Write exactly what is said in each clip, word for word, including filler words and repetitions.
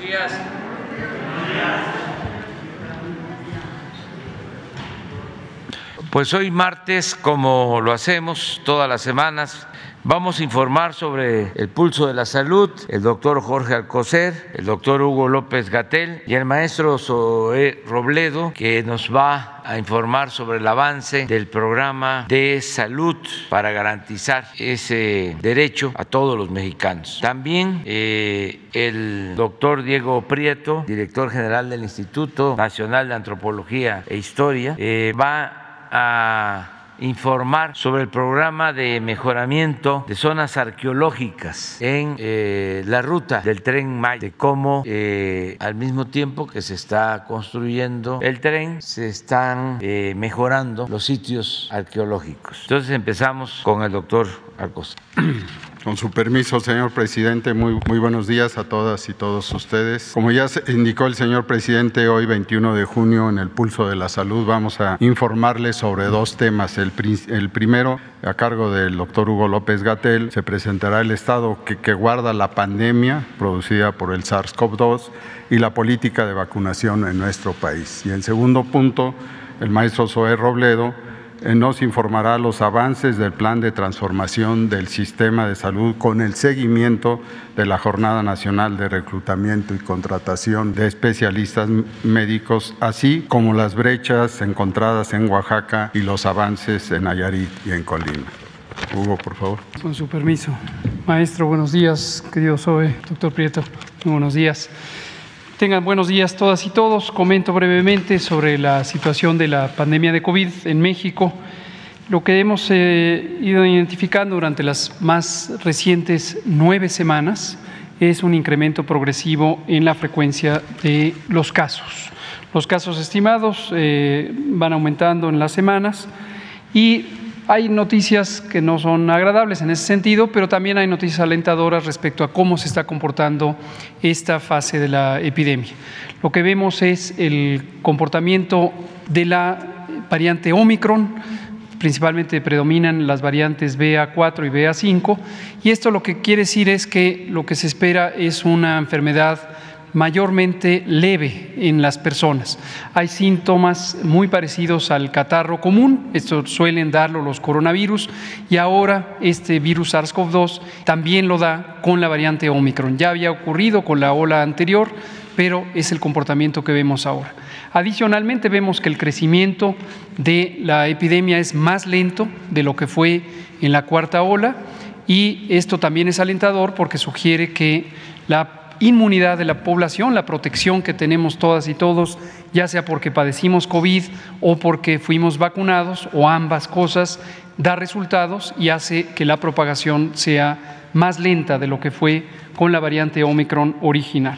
días. Pues hoy martes, como lo hacemos todas las semanas, vamos a informar sobre el pulso de la salud, el doctor Jorge Alcocer, el doctor Hugo López-Gatell y el maestro Zoé Robledo, que nos va a informar sobre el avance del programa de salud para garantizar ese derecho a todos los mexicanos. También eh, el doctor Diego Prieto, director general del Instituto Nacional de Antropología e Historia, eh, va a informar sobre el programa de mejoramiento de zonas arqueológicas en eh, la ruta del Tren Maya, de cómo eh, al mismo tiempo que se está construyendo el tren, se están eh, mejorando los sitios arqueológicos. Entonces empezamos con el doctor Alcocer. Con su permiso, señor presidente, muy, muy buenos días a todas y todos ustedes. Como ya indicó el señor presidente, hoy veintiuno de junio en el Pulso de la Salud vamos a informarles sobre dos temas. El, el primero, a cargo del doctor Hugo López-Gatell, se presentará el estado que, que guarda la pandemia producida por el SARS CoV dos y la política de vacunación en nuestro país. Y el segundo punto, el maestro Zoé Robledo nos informará los avances del plan de transformación del sistema de salud con el seguimiento de la Jornada Nacional de Reclutamiento y Contratación de Especialistas Médicos, así como las brechas encontradas en Oaxaca y los avances en Nayarit y en Colima. Hugo, por favor. Con su permiso. Maestro, buenos días. Querido Zoé, doctor Prieto, muy buenos días. Tengan buenos días todas y todos. Comento brevemente sobre la situación de la pandemia de COVID en México. Lo que hemos eh, ido identificando durante las más recientes nueve semanas es un incremento progresivo en la frecuencia de los casos. Los casos estimados eh, van aumentando en las semanas y hay noticias que no son agradables en ese sentido, pero también hay noticias alentadoras respecto a cómo se está comportando esta fase de la epidemia. Lo que vemos es el comportamiento de la variante Omicron, principalmente predominan las variantes B A cuatro y B A cinco, y esto lo que quiere decir es que lo que se espera es una enfermedad mayormente leve en las personas. Hay síntomas muy parecidos al catarro común, esto suelen darlo los coronavirus, y ahora este virus SARS CoV dos también lo da con la variante Omicron. Ya había ocurrido con la ola anterior, pero es el comportamiento que vemos ahora. Adicionalmente vemos que el crecimiento de la epidemia es más lento de lo que fue en la cuarta ola, y esto también es alentador porque sugiere que la inmunidad de la población, la protección que tenemos todas y todos, ya sea porque padecimos COVID o porque fuimos vacunados o ambas cosas, da resultados y hace que la propagación sea más lenta de lo que fue con la variante Omicron original.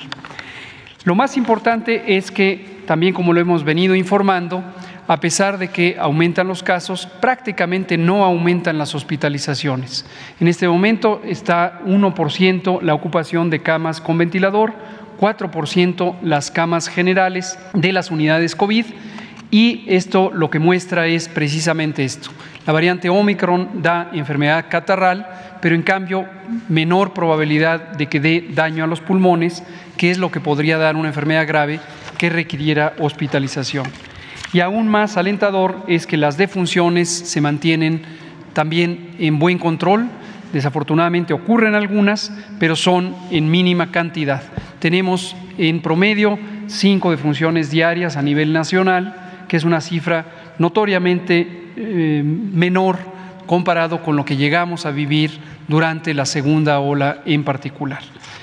Lo más importante es que también, como lo hemos venido informando, a pesar de que aumentan los casos, prácticamente no aumentan las hospitalizaciones. En este momento está uno por ciento la ocupación de camas con ventilador, cuatro por ciento las camas generales de las unidades COVID, y esto lo que muestra es precisamente esto. La variante Omicron da enfermedad catarral, pero en cambio menor probabilidad de que dé daño a los pulmones, que es lo que podría dar una enfermedad grave que requiriera hospitalización. Y aún más alentador es que las defunciones se mantienen también en buen control. Desafortunadamente ocurren algunas, pero son en mínima cantidad. Tenemos en promedio cinco defunciones diarias a nivel nacional, que es una cifra notoriamente eh, menor comparado con lo que llegamos a vivir durante la segunda ola en particular.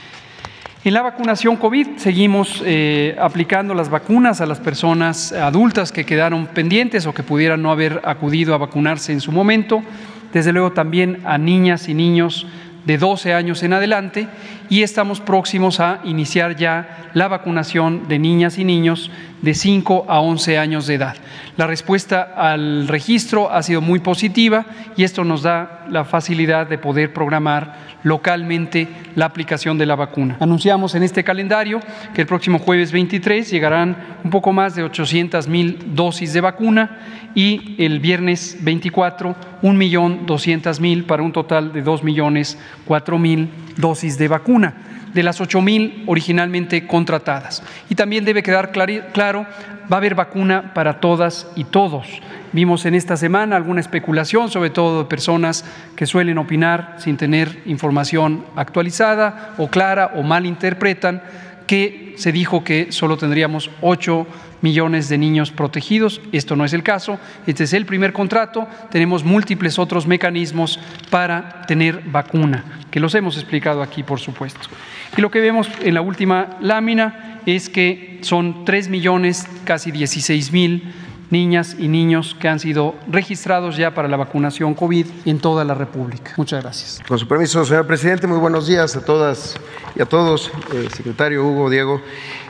En la vacunación COVID seguimos eh, aplicando las vacunas a las personas adultas que quedaron pendientes o que pudieran no haber acudido a vacunarse en su momento, desde luego también a niñas y niños de doce años en adelante, y estamos próximos a iniciar ya la vacunación de niñas y niños de cinco a once años de edad. La respuesta al registro ha sido muy positiva y esto nos da la facilidad de poder programar localmente la aplicación de la vacuna. Anunciamos en este calendario que el próximo jueves veintitrés llegarán un poco más de ochocientas mil dosis de vacuna y el viernes veinticuatro un millón doscientas mil para un total de dos millones cuatro mil dosis de vacuna. de las ocho mil originalmente contratadas. Y también debe quedar claro, va a haber vacuna para todas y todos. Vimos en esta semana alguna especulación, sobre todo de personas que suelen opinar sin tener información actualizada o clara o malinterpretan, que se dijo que solo tendríamos ocho millones de niños protegidos. Esto no es el caso. Este es el primer contrato. Tenemos múltiples otros mecanismos para tener vacuna, que los hemos explicado aquí, por supuesto. Y lo que vemos en la última lámina es que son tres millones, casi dieciséis mil niñas y niños que han sido registrados ya para la vacunación COVID en toda la República. Muchas gracias. Con su permiso, señor presidente, muy buenos días a todas y a todos. Eh, secretario Hugo, Diego.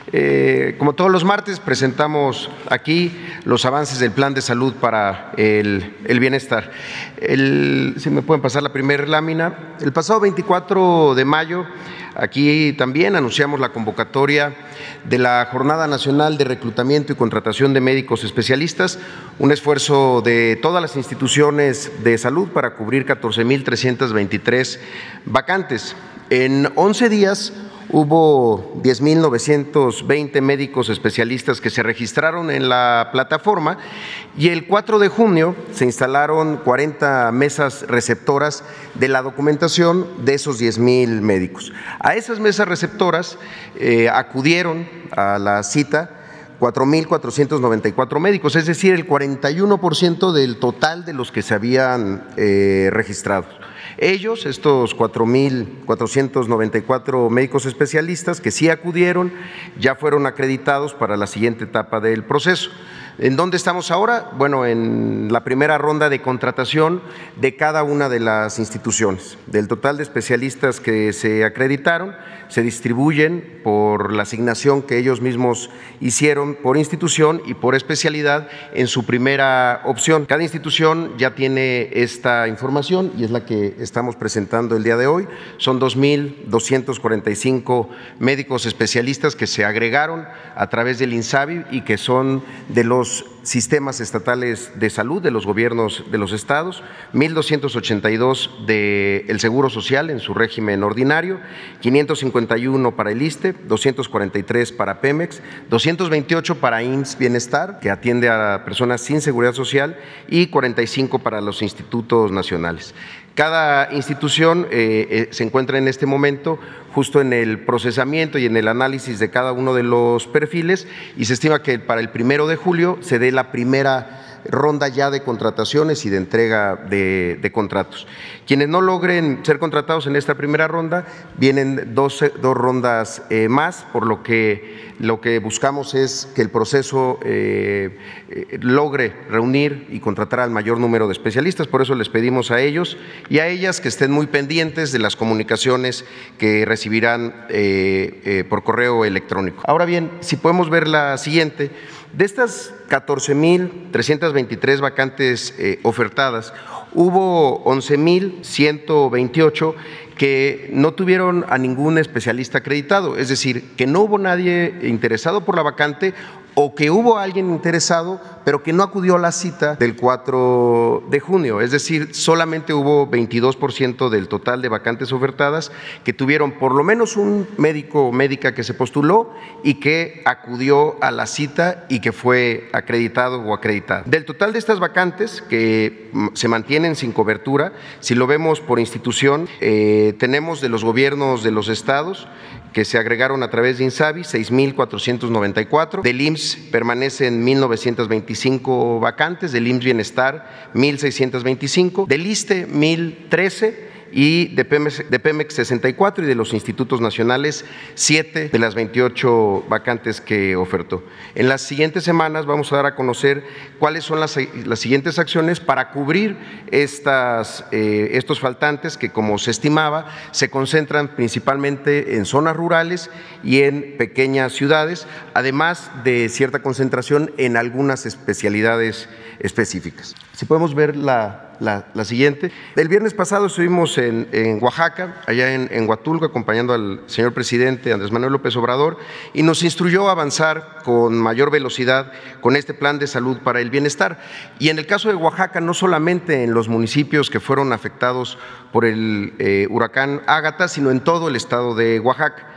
Eh, como todos los martes, presentamos aquí los avances del Plan de Salud para el, el Bienestar. El, si me pueden pasar la primera lámina. El pasado veinticuatro de mayo, aquí también anunciamos la convocatoria de la Jornada Nacional de Reclutamiento y Contratación de Médicos Especialistas, un esfuerzo de todas las instituciones de salud para cubrir catorce mil trescientas veintitrés vacantes. En once días hubo diez mil novecientos veinte médicos especialistas que se registraron en la plataforma y el cuatro de junio se instalaron cuarenta mesas receptoras de la documentación de esos diez mil médicos. A esas mesas receptoras eh, acudieron a la cita cuatro mil cuatrocientos noventa y cuatro médicos, es decir, el cuarenta y uno por ciento del total de los que se habían eh, registrado. Ellos, estos cuatro mil cuatrocientos noventa y cuatro médicos especialistas que sí acudieron, ya fueron acreditados para la siguiente etapa del proceso. ¿En dónde estamos ahora? Bueno, en la primera ronda de contratación de cada una de las instituciones. Del total de especialistas que se acreditaron, se distribuyen por la asignación que ellos mismos hicieron por institución y por especialidad en su primera opción. Cada institución ya tiene esta información y es la que estamos presentando el día de hoy. Son dos mil doscientos cuarenta y cinco médicos especialistas que se agregaron a través del INSABI y que son de los sistemas estatales de salud de los gobiernos de los estados, mil doscientos ochenta y dos del Seguro Social en su régimen ordinario, quinientos cincuenta y uno para el ISSSTE, doscientos cuarenta y tres para Pemex, doscientos veintiocho para I M S S Bienestar, que atiende a personas sin seguridad social, y cuarenta y cinco para los institutos nacionales. Cada institución eh, eh, se encuentra en este momento justo en el procesamiento y en el análisis de cada uno de los perfiles y se estima que para el primero de julio se dé la primera ronda ya de contrataciones y de entrega de, de contratos. Quienes no logren ser contratados en esta primera ronda, vienen dos, dos rondas eh, más, por lo que lo que buscamos es que el proceso eh, eh, logre reunir y contratar al mayor número de especialistas. Por eso les pedimos a ellos y a ellas que estén muy pendientes de las comunicaciones que recibirán eh, eh, por correo electrónico. Ahora bien, si podemos ver la siguiente. De estas catorce mil trescientas veintitrés vacantes eh, ofertadas, hubo once mil ciento veintiocho que no tuvieron a ningún especialista acreditado, es decir, que no hubo nadie interesado por la vacante o que hubo alguien interesado, pero que no acudió a la cita del cuatro de junio, es decir, solamente hubo veintidós por ciento del total de vacantes ofertadas que tuvieron por lo menos un médico o médica que se postuló y que acudió a la cita y que fue acreditado o acreditada. Del total de estas vacantes que se mantienen sin cobertura, si lo vemos por institución, eh, tenemos de los gobiernos de los estados que se agregaron a través de INSABI, seis mil cuatrocientos noventa y cuatro, del I M S S permanecen mil novecientos veinticinco vacantes, del I M S S Bienestar mil seiscientos veinticinco, del ISSSTE mil trece y de Pemex, de Pemex sesenta y cuatro y de los institutos nacionales siete de las veintiocho vacantes que ofertó. En las siguientes semanas vamos a dar a conocer cuáles son las, las siguientes acciones para cubrir estas, eh, estos faltantes que, como se estimaba, se concentran principalmente en zonas rurales y en pequeñas ciudades, además de cierta concentración en algunas especialidades específicas. Si podemos ver la La, la siguiente. El viernes pasado estuvimos en, en Oaxaca, allá en, en Huatulco, acompañando al señor presidente Andrés Manuel López Obrador, y nos instruyó a avanzar con mayor velocidad con este plan de salud para el bienestar. Y en el caso de Oaxaca, no solamente en los municipios que fueron afectados por el eh, huracán Ágata, sino en todo el estado de Oaxaca.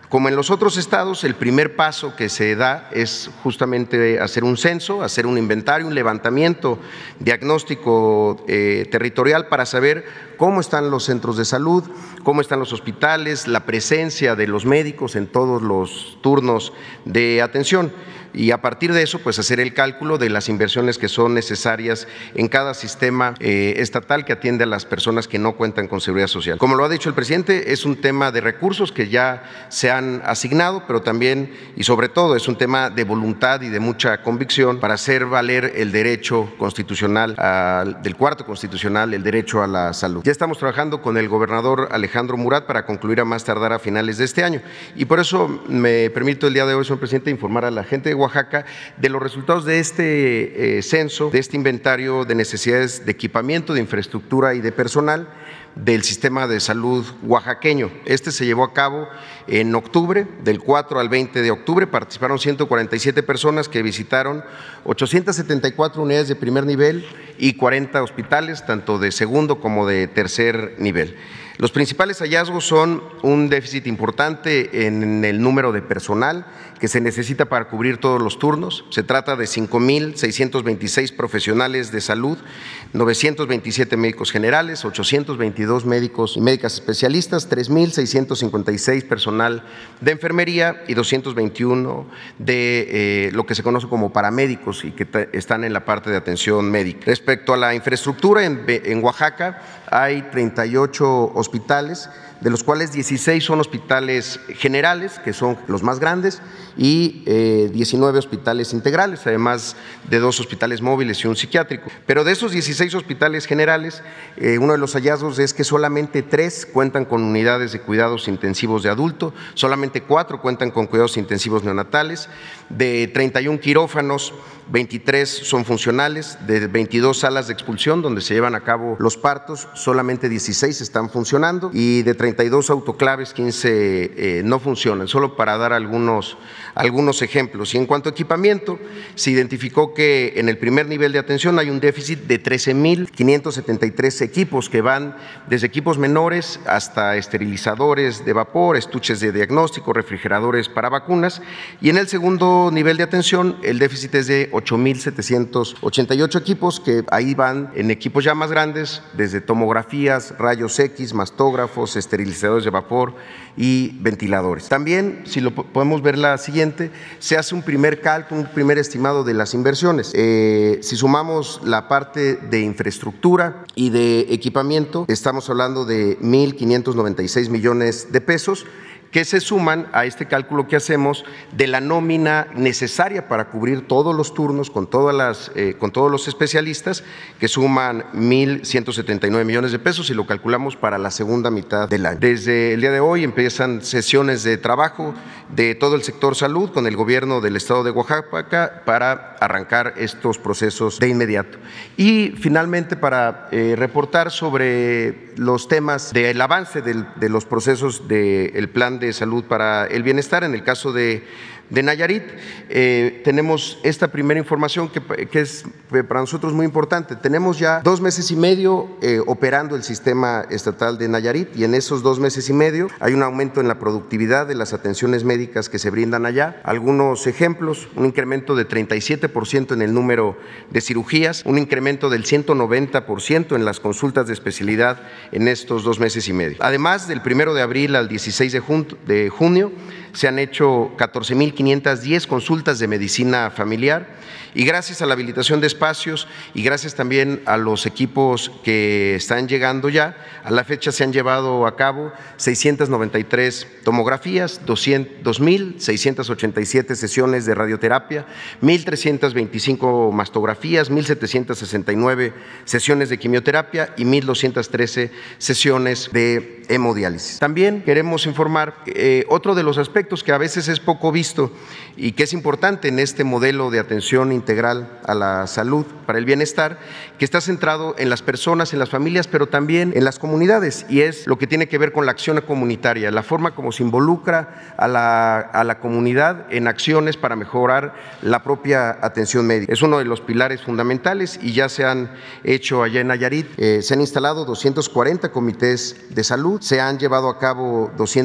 Como en los otros estados, el primer paso que se da es justamente hacer un censo, hacer un inventario, un levantamiento diagnóstico eh, territorial para saber cómo están los centros de salud, cómo están los hospitales, la presencia de los médicos en todos los turnos de atención. Y a partir de eso, pues hacer el cálculo de las inversiones que son necesarias en cada sistema eh, estatal que atiende a las personas que no cuentan con seguridad social. Como lo ha dicho el presidente, es un tema de recursos que ya se han asignado, pero también y sobre todo es un tema de voluntad y de mucha convicción para hacer valer el derecho constitucional, uh, del cuarto constitucional, el derecho a la salud. Ya estamos trabajando con el gobernador Alejandro Murat para concluir a más tardar a finales de este año. Y por eso me permito el día de hoy, señor presidente, informar a la gente de Oaxaca de los resultados de este eh, censo, de este inventario de necesidades de equipamiento, de infraestructura y de personal del sistema de salud oaxaqueño. Este se llevó a cabo en octubre, del cuatro al veinte de octubre, participaron ciento cuarenta y siete personas que visitaron ochocientas setenta y cuatro unidades de primer nivel y cuarenta hospitales, tanto de segundo como de tercer nivel. Los principales hallazgos son un déficit importante en el número de personal que se necesita para cubrir todos los turnos. Se trata de cinco mil seiscientos veintiséis profesionales de salud, novecientos veintisiete médicos generales, ochocientos veintidós médicos y médicas especialistas, tres mil seiscientos cincuenta y seis personal de enfermería y doscientos veintiuno de eh, lo que se conoce como paramédicos y que están en la parte de atención médica. Respecto a la infraestructura, en, en Oaxaca hay treinta y ocho hospitales, de los cuales dieciséis son hospitales generales, que son los más grandes, y eh, diecinueve hospitales integrales, además de dos hospitales móviles y un psiquiátrico. Pero de esos dieciséis hospitales generales, eh, uno de los hallazgos es que solamente tres cuentan con unidades de cuidados intensivos de adulto, solamente cuatro cuentan con cuidados intensivos neonatales, de treinta y un quirófanos, veintitrés son funcionales, de veintidós salas de expulsión donde se llevan a cabo los partos, solamente dieciséis están funcionando y de treinta y dos autoclaves, quince eh, no funcionan, solo para dar algunos, algunos ejemplos. Y en cuanto a equipamiento, se identificó que en el primer nivel de atención hay un déficit de trece mil quinientos setenta y tres equipos que van desde equipos menores hasta esterilizadores de vapor, estuches de diagnóstico, refrigeradores para vacunas, y en el segundo nivel de atención el déficit es de ocho mil setecientos ochenta y ocho equipos, que ahí van en equipos ya más grandes, desde tomografías, rayos X, mastógrafos, esterilizadores de vapor y ventiladores. También, si lo podemos ver la siguiente, se hace un primer cálculo, un primer estimado de las inversiones. Eh, si sumamos la parte de infraestructura y de equipamiento, estamos hablando de mil quinientos noventa y seis millones de pesos, que se suman a este cálculo que hacemos de la nómina necesaria para cubrir todos los turnos con, todas las, eh, con todos los especialistas, que suman mil ciento setenta y nueve millones de pesos y lo calculamos para la segunda mitad del año. Desde el día de hoy empiezan sesiones de trabajo de todo el sector salud con el gobierno del estado de Oaxaca para arrancar estos procesos de inmediato. Y finalmente, para eh, reportar sobre los temas del avance del, de los procesos del plan de salud para el bienestar, en el caso de, de Nayarit, eh, tenemos esta primera información que, que es para nosotros muy importante. Tenemos ya dos meses y medio eh, operando el sistema estatal de Nayarit y en esos dos meses y medio hay un aumento en la productividad de las atenciones médicas que se brindan allá. Algunos ejemplos: un incremento de treinta y siete por ciento en el número de cirugías, un incremento del ciento noventa por ciento en las consultas de especialidad en estos dos meses y medio. Además, del primero de abril al dieciséis de junio se han hecho catorce mil quinientas diez consultas de medicina familiar y gracias a la habilitación de espacios y gracias también a los equipos que están llegando ya, a la fecha se han llevado a cabo seiscientas noventa y tres tomografías, dos mil seiscientas ochenta y siete sesiones de radioterapia, mil trescientas veinticinco mastografías, mil setecientas sesenta y nueve sesiones de quimioterapia y mil doscientas trece sesiones de hemodiálisis. También queremos informar eh, otro de los aspectos que a veces es poco visto y que es importante en este modelo de atención integral a la salud para el bienestar, que está centrado en las personas, en las familias, pero también en las comunidades, y es lo que tiene que ver con la acción comunitaria, la forma como se involucra a la, a la comunidad en acciones para mejorar la propia atención médica. Es uno de los pilares fundamentales y ya se han hecho allá en Nayarit, eh, se han instalado doscientos cuarenta comités de salud, se han llevado a cabo doscientas doce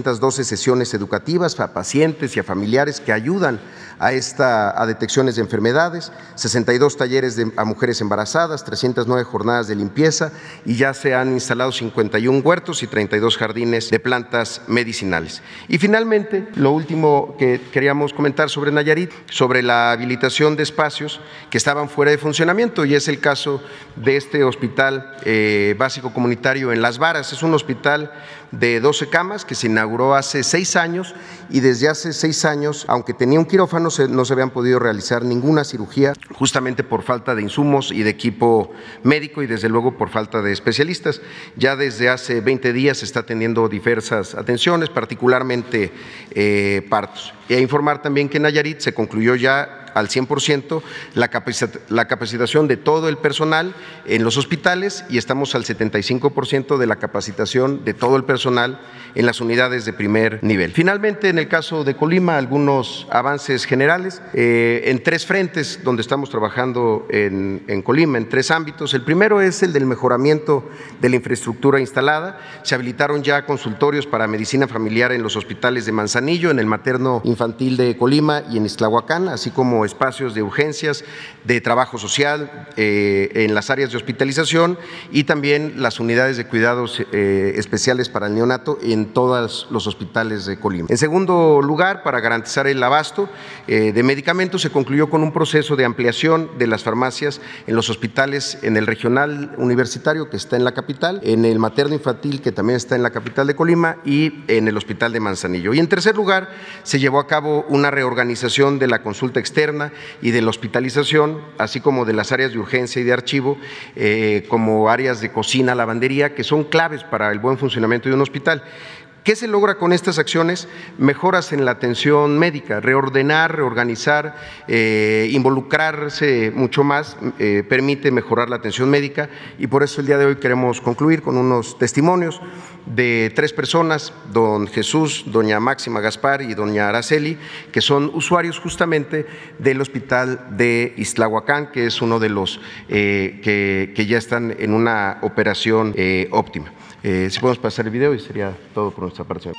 doce sesiones educativas a pacientes y a familiares que ayudan a, esta, a detecciones de enfermedades, sesenta y dos talleres de, a mujeres embarazadas, trescientas nueve jornadas de limpieza y ya se han instalado cincuenta y un huertos y treinta y dos jardines de plantas medicinales. Y finalmente, lo último que queríamos comentar sobre Nayarit, sobre la habilitación de espacios que estaban fuera de funcionamiento, y es el caso de este hospital eh, básico comunitario en Las Varas. Es un hospital de doce camas que se inauguró hace seis años y desde hace seis años, aunque tenía un quirófano, se, no se habían podido realizar ninguna cirugía justamente por falta de insumos y de equipo médico y desde luego por falta de especialistas. Ya desde hace veinte días se está atendiendo diversas atenciones, particularmente eh, partos. Y a informar también que en Nayarit se concluyó ya al cien por ciento la, la capacitación de todo el personal en los hospitales y estamos al setenta y cinco por ciento de la capacitación de todo el personal en las unidades de primer nivel. Finalmente, en el caso de Colima, algunos avances generales eh, en tres frentes donde estamos trabajando en, en Colima, en tres ámbitos. El primero es el del mejoramiento de la infraestructura instalada. Se habilitaron ya consultorios para medicina familiar en los hospitales de Manzanillo, en el materno infantil de Colima y en Ixtlahuacán, así como espacios de urgencias, de trabajo social, eh, en las áreas de hospitalización y también las unidades de cuidados eh, especiales para el neonato en todos los hospitales de Colima. En segundo lugar, para garantizar el abasto eh, de medicamentos, se concluyó con un proceso de ampliación de las farmacias en los hospitales, en el regional universitario que está en la capital, en el materno infantil que también está en la capital de Colima y en el hospital de Manzanillo. Y en tercer lugar, se llevó a cabo una reorganización de la consulta externa y de la hospitalización, así como de las áreas de urgencia y de archivo, eh, como áreas de cocina, lavandería, que son claves para el buen funcionamiento de un hospital. ¿Qué se logra con estas acciones? Mejoras en la atención médica, reordenar, reorganizar, eh, involucrarse mucho más, eh, permite mejorar la atención médica y por eso el día de hoy queremos concluir con unos testimonios de tres personas, don Jesús, doña Máxima Gaspar y doña Araceli, que son usuarios justamente del hospital de Ixtlahuacán, que es uno de los eh, que, que ya están en una operación eh, óptima. Eh, si podemos pasar el video y sería todo por nuestra parte.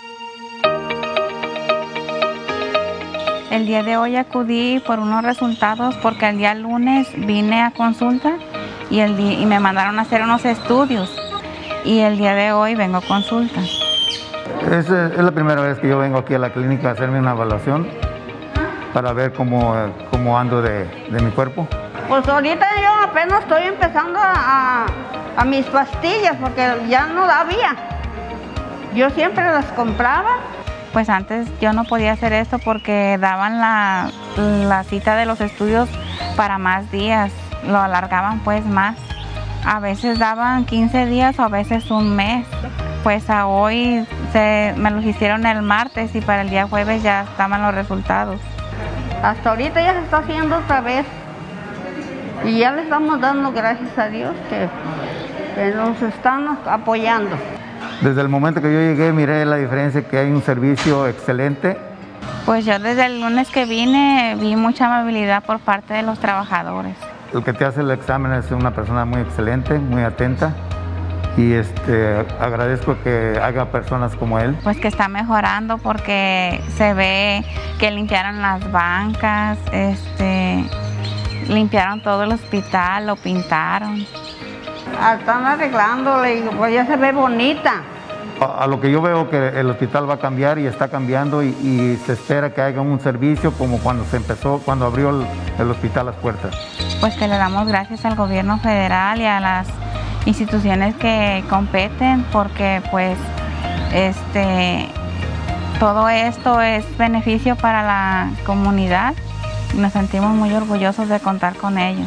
El día de hoy acudí por unos resultados porque el día lunes vine a consulta y, el día, y me mandaron a hacer unos estudios y el día de hoy vengo a consulta. Es, es la primera vez que yo vengo aquí a la clínica a hacerme una evaluación para ver cómo, cómo ando de, de mi cuerpo. Pues ahorita yo apenas estoy empezando a, a mis pastillas porque ya no había. Yo siempre las compraba. Pues antes yo no podía hacer esto porque daban la, la cita de los estudios para más días, lo alargaban pues más. A veces daban quince días o a veces un mes. Pues a hoy se, me los hicieron el martes y para el día jueves ya estaban los resultados. Hasta ahorita ya se está haciendo otra vez. Y ya le estamos dando gracias a Dios que, que nos están apoyando. Desde el momento que yo llegué miré la diferencia, que hay un servicio excelente. Pues yo desde el lunes que vine vi mucha amabilidad por parte de los trabajadores. El que te hace el examen es una persona muy excelente, muy atenta y este, agradezco que haga personas como él. Pues que está mejorando porque se ve que limpiaron las bancas, este... limpiaron todo el hospital, lo pintaron. Están arreglándole y pues ya se ve bonita. A, a lo que yo veo que el hospital va a cambiar y está cambiando y, y se espera que haya un servicio como cuando se empezó, cuando abrió el, el hospital las puertas. Pues que le damos gracias al gobierno federal y a las instituciones que competen porque pues este todo esto es beneficio para la comunidad. Nos sentimos muy orgullosos de contar con ellos.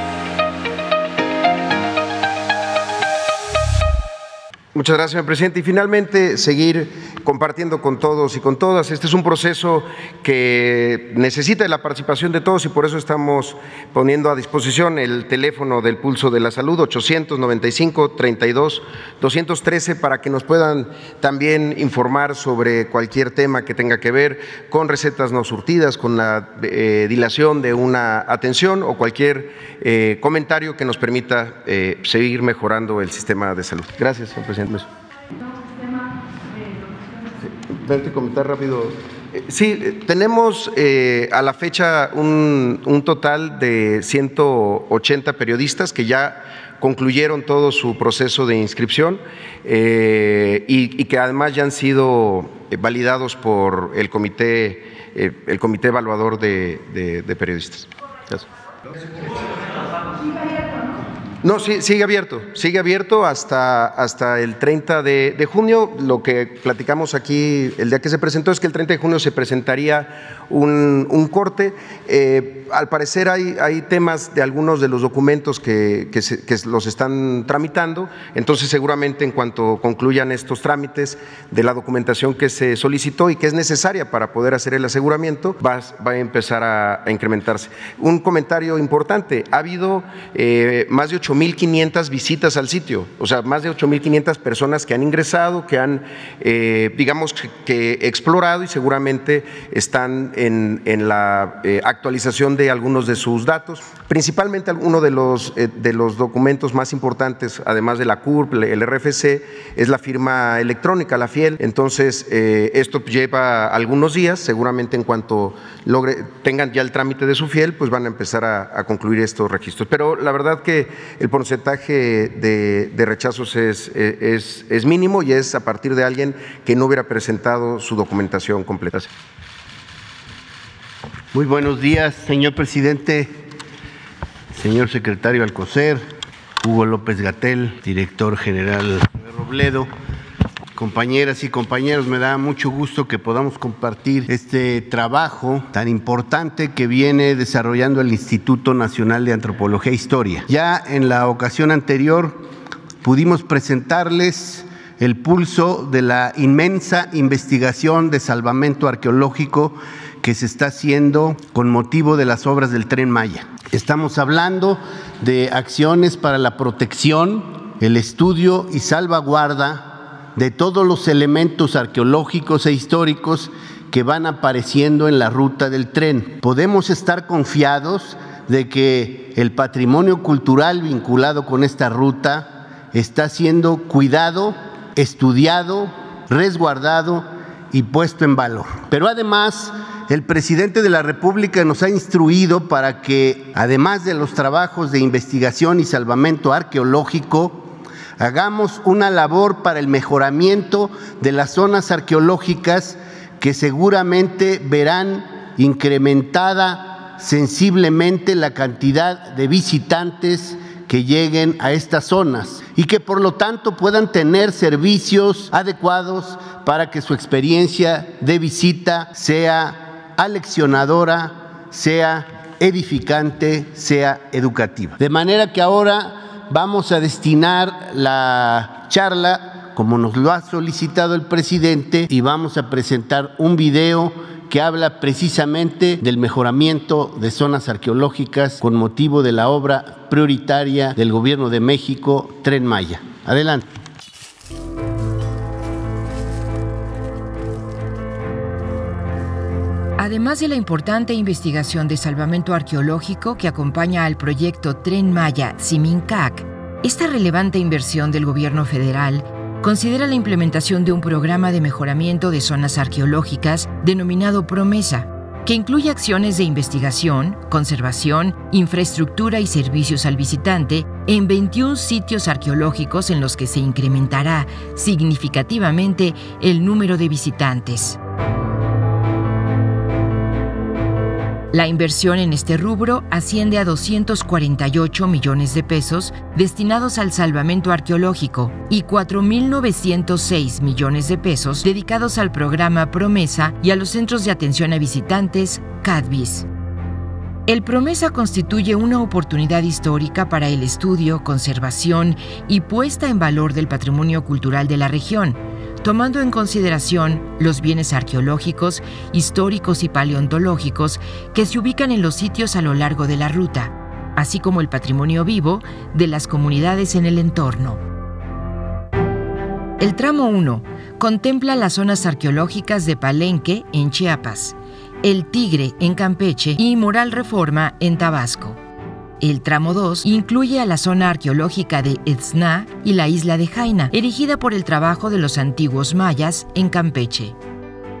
Muchas gracias, señor presidente. Y finalmente, seguir compartiendo con todos y con todas. Este es un proceso que necesita de la participación de todos y por eso estamos poniendo a disposición el teléfono del Pulso de la Salud, ochocientos noventa y cinco, treinta y dos, doscientos trece, para que nos puedan también informar sobre cualquier tema que tenga que ver con recetas no surtidas, con la eh, dilación de una atención o cualquier eh, comentario que nos permita eh, seguir mejorando el sistema de salud. Gracias, señor presidente. permite comentar rápido. Sí, tenemos eh, a la fecha un, un total de ciento ochenta periodistas que ya concluyeron todo su proceso de inscripción eh, y, y que además ya han sido validados por el comité, eh, el comité evaluador de, de, de periodistas. Gracias. No, sí, sigue abierto, sigue abierto hasta, hasta el treinta de junio. Lo que platicamos aquí el día que se presentó es que el treinta de junio se presentaría un, un corte. Eh, al parecer hay, hay temas de algunos de los documentos que, que, se, que los están tramitando, entonces seguramente en cuanto concluyan estos trámites de la documentación que se solicitó y que es necesaria para poder hacer el aseguramiento, va, va a empezar a, a incrementarse. Un comentario importante, ha habido eh, más de ocho mil quinientas visitas al sitio, o sea, más de ocho mil quinientas personas que han ingresado, que han, eh, digamos, que, que explorado y seguramente están en, en la eh, actualización de algunos de sus datos. Principalmente uno de los, eh, de los documentos más importantes, además de la C U R P, el R F C, es la firma electrónica, la FIEL. Entonces, eh, esto lleva algunos días, seguramente en cuanto logre, tengan ya el trámite de su FIEL, pues van a empezar a, a concluir estos registros. Pero la verdad que el porcentaje de, de rechazos es, es, es mínimo y es a partir de alguien que no hubiera presentado su documentación completa. Muy buenos días, señor presidente, señor secretario Alcocer, Hugo López-Gatell, director general de Robledo, compañeras y compañeros, me da mucho gusto que podamos compartir este trabajo tan importante que viene desarrollando el Instituto Nacional de Antropología e Historia. Ya en la ocasión anterior pudimos presentarles el pulso de la inmensa investigación de salvamento arqueológico que se está haciendo con motivo de las obras del Tren Maya. Estamos hablando de acciones para la protección, el estudio y salvaguarda de todos los elementos arqueológicos e históricos que van apareciendo en la ruta del tren. Podemos estar confiados de que el patrimonio cultural vinculado con esta ruta está siendo cuidado, estudiado, resguardado y puesto en valor. Pero además, el presidente de la República nos ha instruido para que, además de los trabajos de investigación y salvamento arqueológico, hagamos una labor para el mejoramiento de las zonas arqueológicas que seguramente verán incrementada sensiblemente la cantidad de visitantes que lleguen a estas zonas y que por lo tanto puedan tener servicios adecuados para que su experiencia de visita sea aleccionadora, sea edificante, sea educativa. De manera que ahora vamos a destinar la charla, como nos lo ha solicitado el presidente, y vamos a presentar un video que habla precisamente del mejoramiento de zonas arqueológicas con motivo de la obra prioritaria del Gobierno de México, Tren Maya. Adelante. Además de la importante investigación de salvamento arqueológico que acompaña al proyecto Tren Maya Simincac, esta relevante inversión del gobierno federal considera la implementación de un programa de mejoramiento de zonas arqueológicas denominado Promesa, que incluye acciones de investigación, conservación, infraestructura y servicios al visitante en veintiún sitios arqueológicos en los que se incrementará significativamente el número de visitantes. La inversión en este rubro asciende a doscientos cuarenta y ocho millones de pesos destinados al salvamento arqueológico y cuatro mil novecientos seis millones de pesos dedicados al programa Promesa y a los centros de atención a visitantes C A D V I S. El Promesa constituye una oportunidad histórica para el estudio, conservación y puesta en valor del patrimonio cultural de la región, tomando en consideración los bienes arqueológicos, históricos y paleontológicos que se ubican en los sitios a lo largo de la ruta, así como el patrimonio vivo de las comunidades en el entorno. El tramo uno contempla las zonas arqueológicas de Palenque, en Chiapas, El Tigre, en Campeche y Moral Reforma, en Tabasco. El tramo dos incluye a la zona arqueológica de Etzna y la isla de Jaina, erigida por el trabajo de los antiguos mayas en Campeche.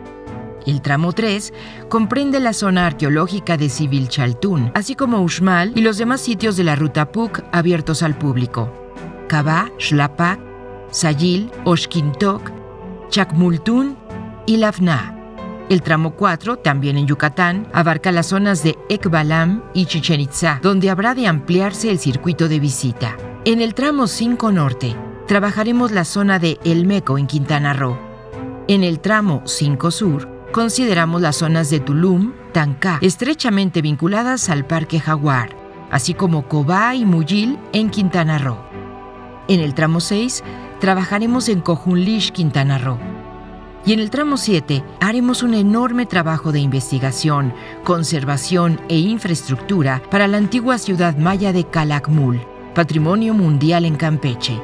El tramo tres comprende la zona arqueológica de Sivilchaltún, así como Uxmal y los demás sitios de la ruta P U C abiertos al público: Cabá, Xlapac, Sayil, Oxquintoc, Chacmultún y Lavna. El tramo cuatro, también en Yucatán, abarca las zonas de Ekbalam y Chichén Itzá, donde habrá de ampliarse el circuito de visita. En el tramo cinco norte, trabajaremos la zona de El Meco en Quintana Roo. En el tramo cinco sur, consideramos las zonas de Tulum, Tancá, estrechamente vinculadas al Parque Jaguar, así como Cobá y Muyil en Quintana Roo. En el tramo seis, trabajaremos en Cojulish, Quintana Roo. Y en el tramo siete, haremos un enorme trabajo de investigación, conservación e infraestructura para la antigua ciudad maya de Calakmul, Patrimonio Mundial en Campeche.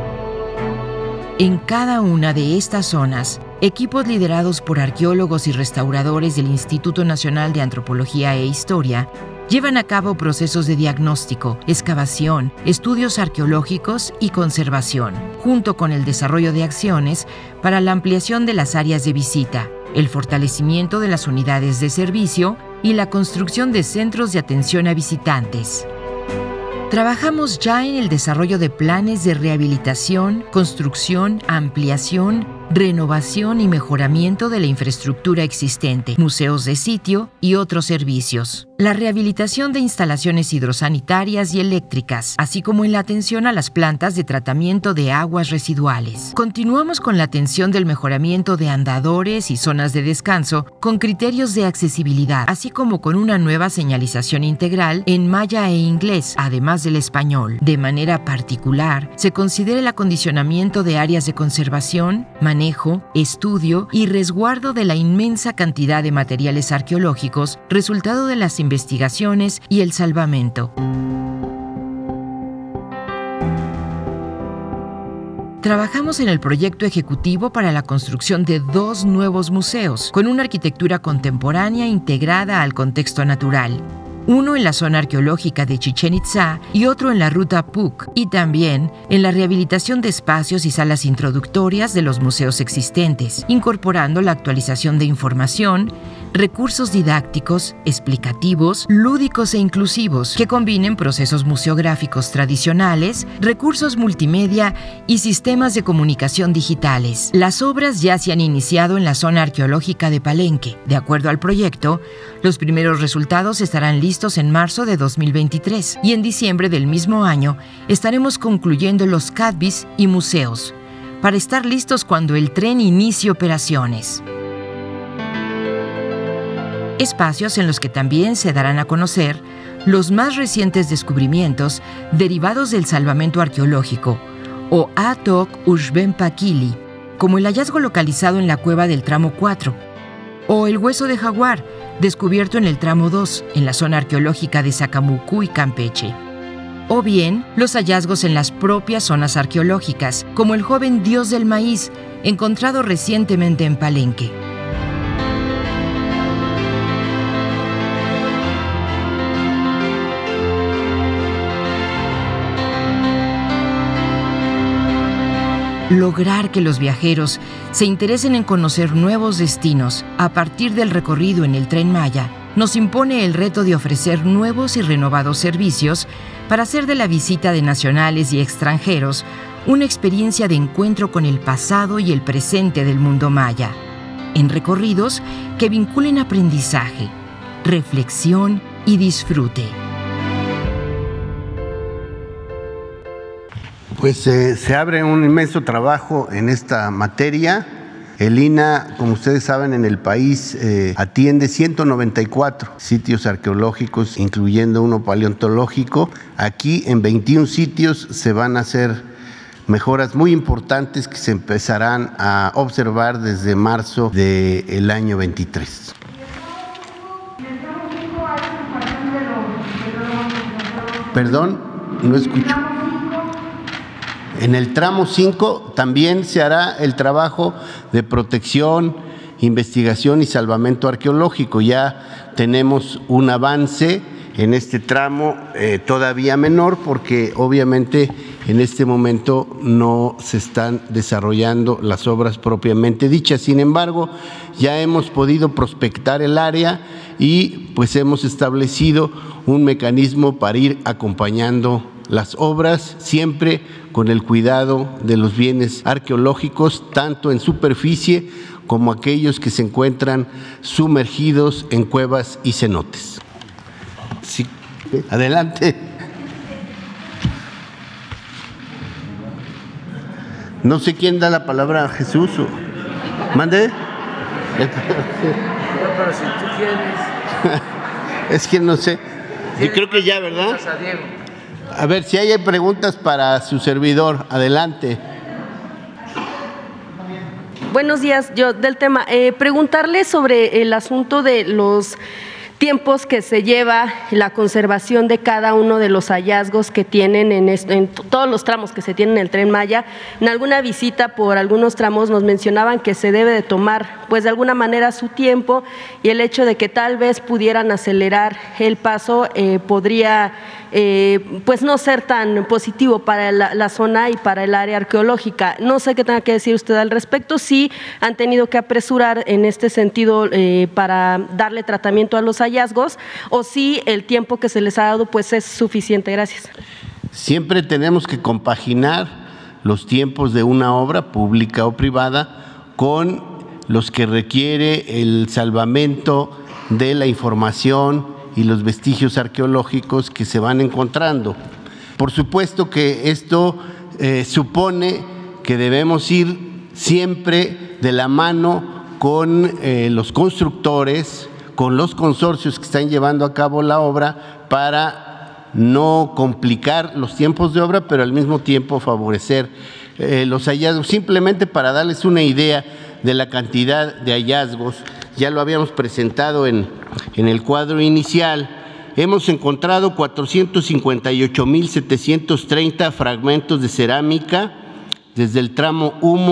En cada una de estas zonas, equipos liderados por arqueólogos y restauradores del Instituto Nacional de Antropología e Historia llevan a cabo procesos de diagnóstico, excavación, estudios arqueológicos y conservación, junto con el desarrollo de acciones para la ampliación de las áreas de visita, el fortalecimiento de las unidades de servicio y la construcción de centros de atención a visitantes. Trabajamos ya en el desarrollo de planes de rehabilitación, construcción, ampliación, renovación y mejoramiento de la infraestructura existente, museos de sitio y otros servicios. La rehabilitación de instalaciones hidrosanitarias y eléctricas, así como en la atención a las plantas de tratamiento de aguas residuales. Continuamos con la atención del mejoramiento de andadores y zonas de descanso con criterios de accesibilidad, así como con una nueva señalización integral en maya e inglés, además del español. De manera particular, se considera el acondicionamiento de áreas de conservación, manejo, estudio y resguardo de la inmensa cantidad de materiales arqueológicos resultado de las investigaciones y el salvamento. Trabajamos en el proyecto ejecutivo para la construcción de dos nuevos museos con una arquitectura contemporánea integrada al contexto natural. Uno en la zona arqueológica de Chichén Itzá y otro en la ruta P U C, y también en la rehabilitación de espacios y salas introductorias de los museos existentes, incorporando la actualización de información, recursos didácticos, explicativos, lúdicos e inclusivos que combinen procesos museográficos tradicionales, recursos multimedia y sistemas de comunicación digitales. Las obras ya se han iniciado en la zona arqueológica de Palenque. De acuerdo al proyecto, los primeros resultados estarán listos en marzo de dos mil veintitrés y en diciembre del mismo año estaremos concluyendo los C A D B I S y museos para estar listos cuando el tren inicie operaciones. Espacios en los que también se darán a conocer los más recientes descubrimientos derivados del salvamento arqueológico, o Atok Uxbenpaquili, como el hallazgo localizado en la cueva del tramo cuatro, o el hueso de jaguar, descubierto en el tramo dos, en la zona arqueológica de Zacamucú y Campeche. O bien, los hallazgos en las propias zonas arqueológicas, como el joven dios del maíz, encontrado recientemente en Palenque. Lograr que los viajeros se interesen en conocer nuevos destinos a partir del recorrido en el Tren Maya nos impone el reto de ofrecer nuevos y renovados servicios para hacer de la visita de nacionales y extranjeros una experiencia de encuentro con el pasado y el presente del mundo maya, en recorridos que vinculen aprendizaje, reflexión y disfrute. Pues eh, se abre un inmenso trabajo en esta materia. El I N A H, como ustedes saben, en el país eh, atiende ciento noventa y cuatro sitios arqueológicos, incluyendo uno paleontológico. Aquí en veintiún sitios se van a hacer mejoras muy importantes que se empezarán a observar desde marzo del año veintitrés. Perdón, no escucho. En el tramo cinco también se hará el trabajo de protección, investigación y salvamento arqueológico. Ya tenemos un avance en este tramo eh, todavía menor porque obviamente en este momento no se están desarrollando las obras propiamente dichas. Sin embargo, ya hemos podido prospectar el área y pues hemos establecido un mecanismo para ir acompañando las obras, siempre con el cuidado de los bienes arqueológicos, tanto en superficie como aquellos que se encuentran sumergidos en cuevas y cenotes. Sí, adelante. No sé quién da la palabra a Jesús. O... ¿Mande? No, pero si tú quieres. Es que no sé. Yo creo que ya, ¿verdad? A ver, si hay preguntas para su servidor, adelante. Buenos días, yo del tema, eh, preguntarle sobre el asunto de los tiempos que se lleva la conservación de cada uno de los hallazgos que tienen en, esto, en todos los tramos que se tienen en el Tren Maya. En alguna visita por algunos tramos nos mencionaban que se debe de tomar pues de alguna manera su tiempo, y el hecho de que tal vez pudieran acelerar el paso eh, podría eh, pues no ser tan positivo para la, la zona y para el área arqueológica. No sé qué tenga que decir usted al respecto, si han tenido que apresurar en este sentido eh, para darle tratamiento a los hallazgos, o si el tiempo que se les ha dado pues es suficiente. Gracias. Siempre tenemos que compaginar los tiempos de una obra pública o privada con los que requiere el salvamento de la información y los vestigios arqueológicos que se van encontrando. Por supuesto que esto eh, supone que debemos ir siempre de la mano con eh, los constructores, con los consorcios que están llevando a cabo la obra, para no complicar los tiempos de obra, pero al mismo tiempo favorecer eh, los hallazgos. Simplemente para darles una idea de la cantidad de hallazgos, ya lo habíamos presentado en, en el cuadro inicial, hemos encontrado cuatrocientos cincuenta y ocho mil setecientos treinta fragmentos de cerámica desde el tramo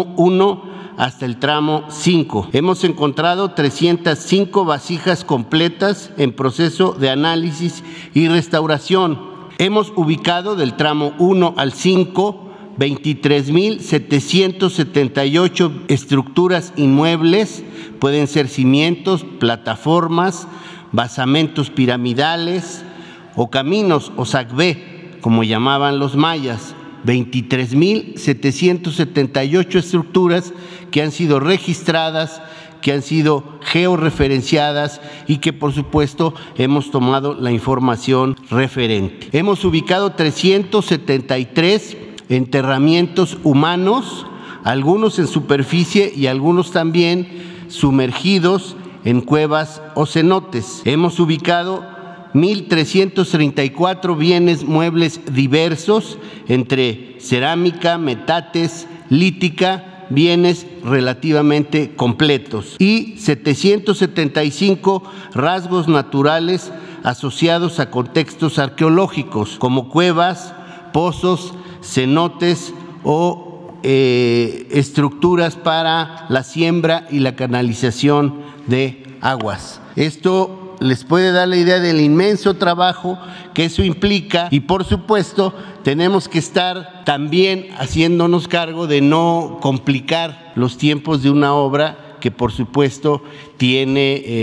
uno hasta el tramo cinco. Hemos encontrado trescientas cinco vasijas completas en proceso de análisis y restauración. Hemos ubicado del tramo uno al cinco veintitrés mil setecientos setenta y ocho estructuras inmuebles, pueden ser cimientos, plataformas, basamentos piramidales o caminos o sacbé, como llamaban los mayas. veintitrés mil setecientos setenta y ocho estructuras que han sido registradas, que han sido georreferenciadas y que por supuesto hemos tomado la información referente. Hemos ubicado trescientos setenta y tres enterramientos humanos, algunos en superficie y algunos también sumergidos en cuevas o cenotes. Hemos ubicado mil trescientos treinta y cuatro bienes muebles diversos, entre cerámica, metates, lítica, bienes relativamente completos, y setecientos setenta y cinco rasgos naturales asociados a contextos arqueológicos, como cuevas, pozos, cenotes o eh, estructuras para la siembra y la canalización de aguas. Esto les puede dar la idea del inmenso trabajo que eso implica, y por supuesto tenemos que estar también haciéndonos cargo de no complicar los tiempos de una obra que por supuesto tiene eh,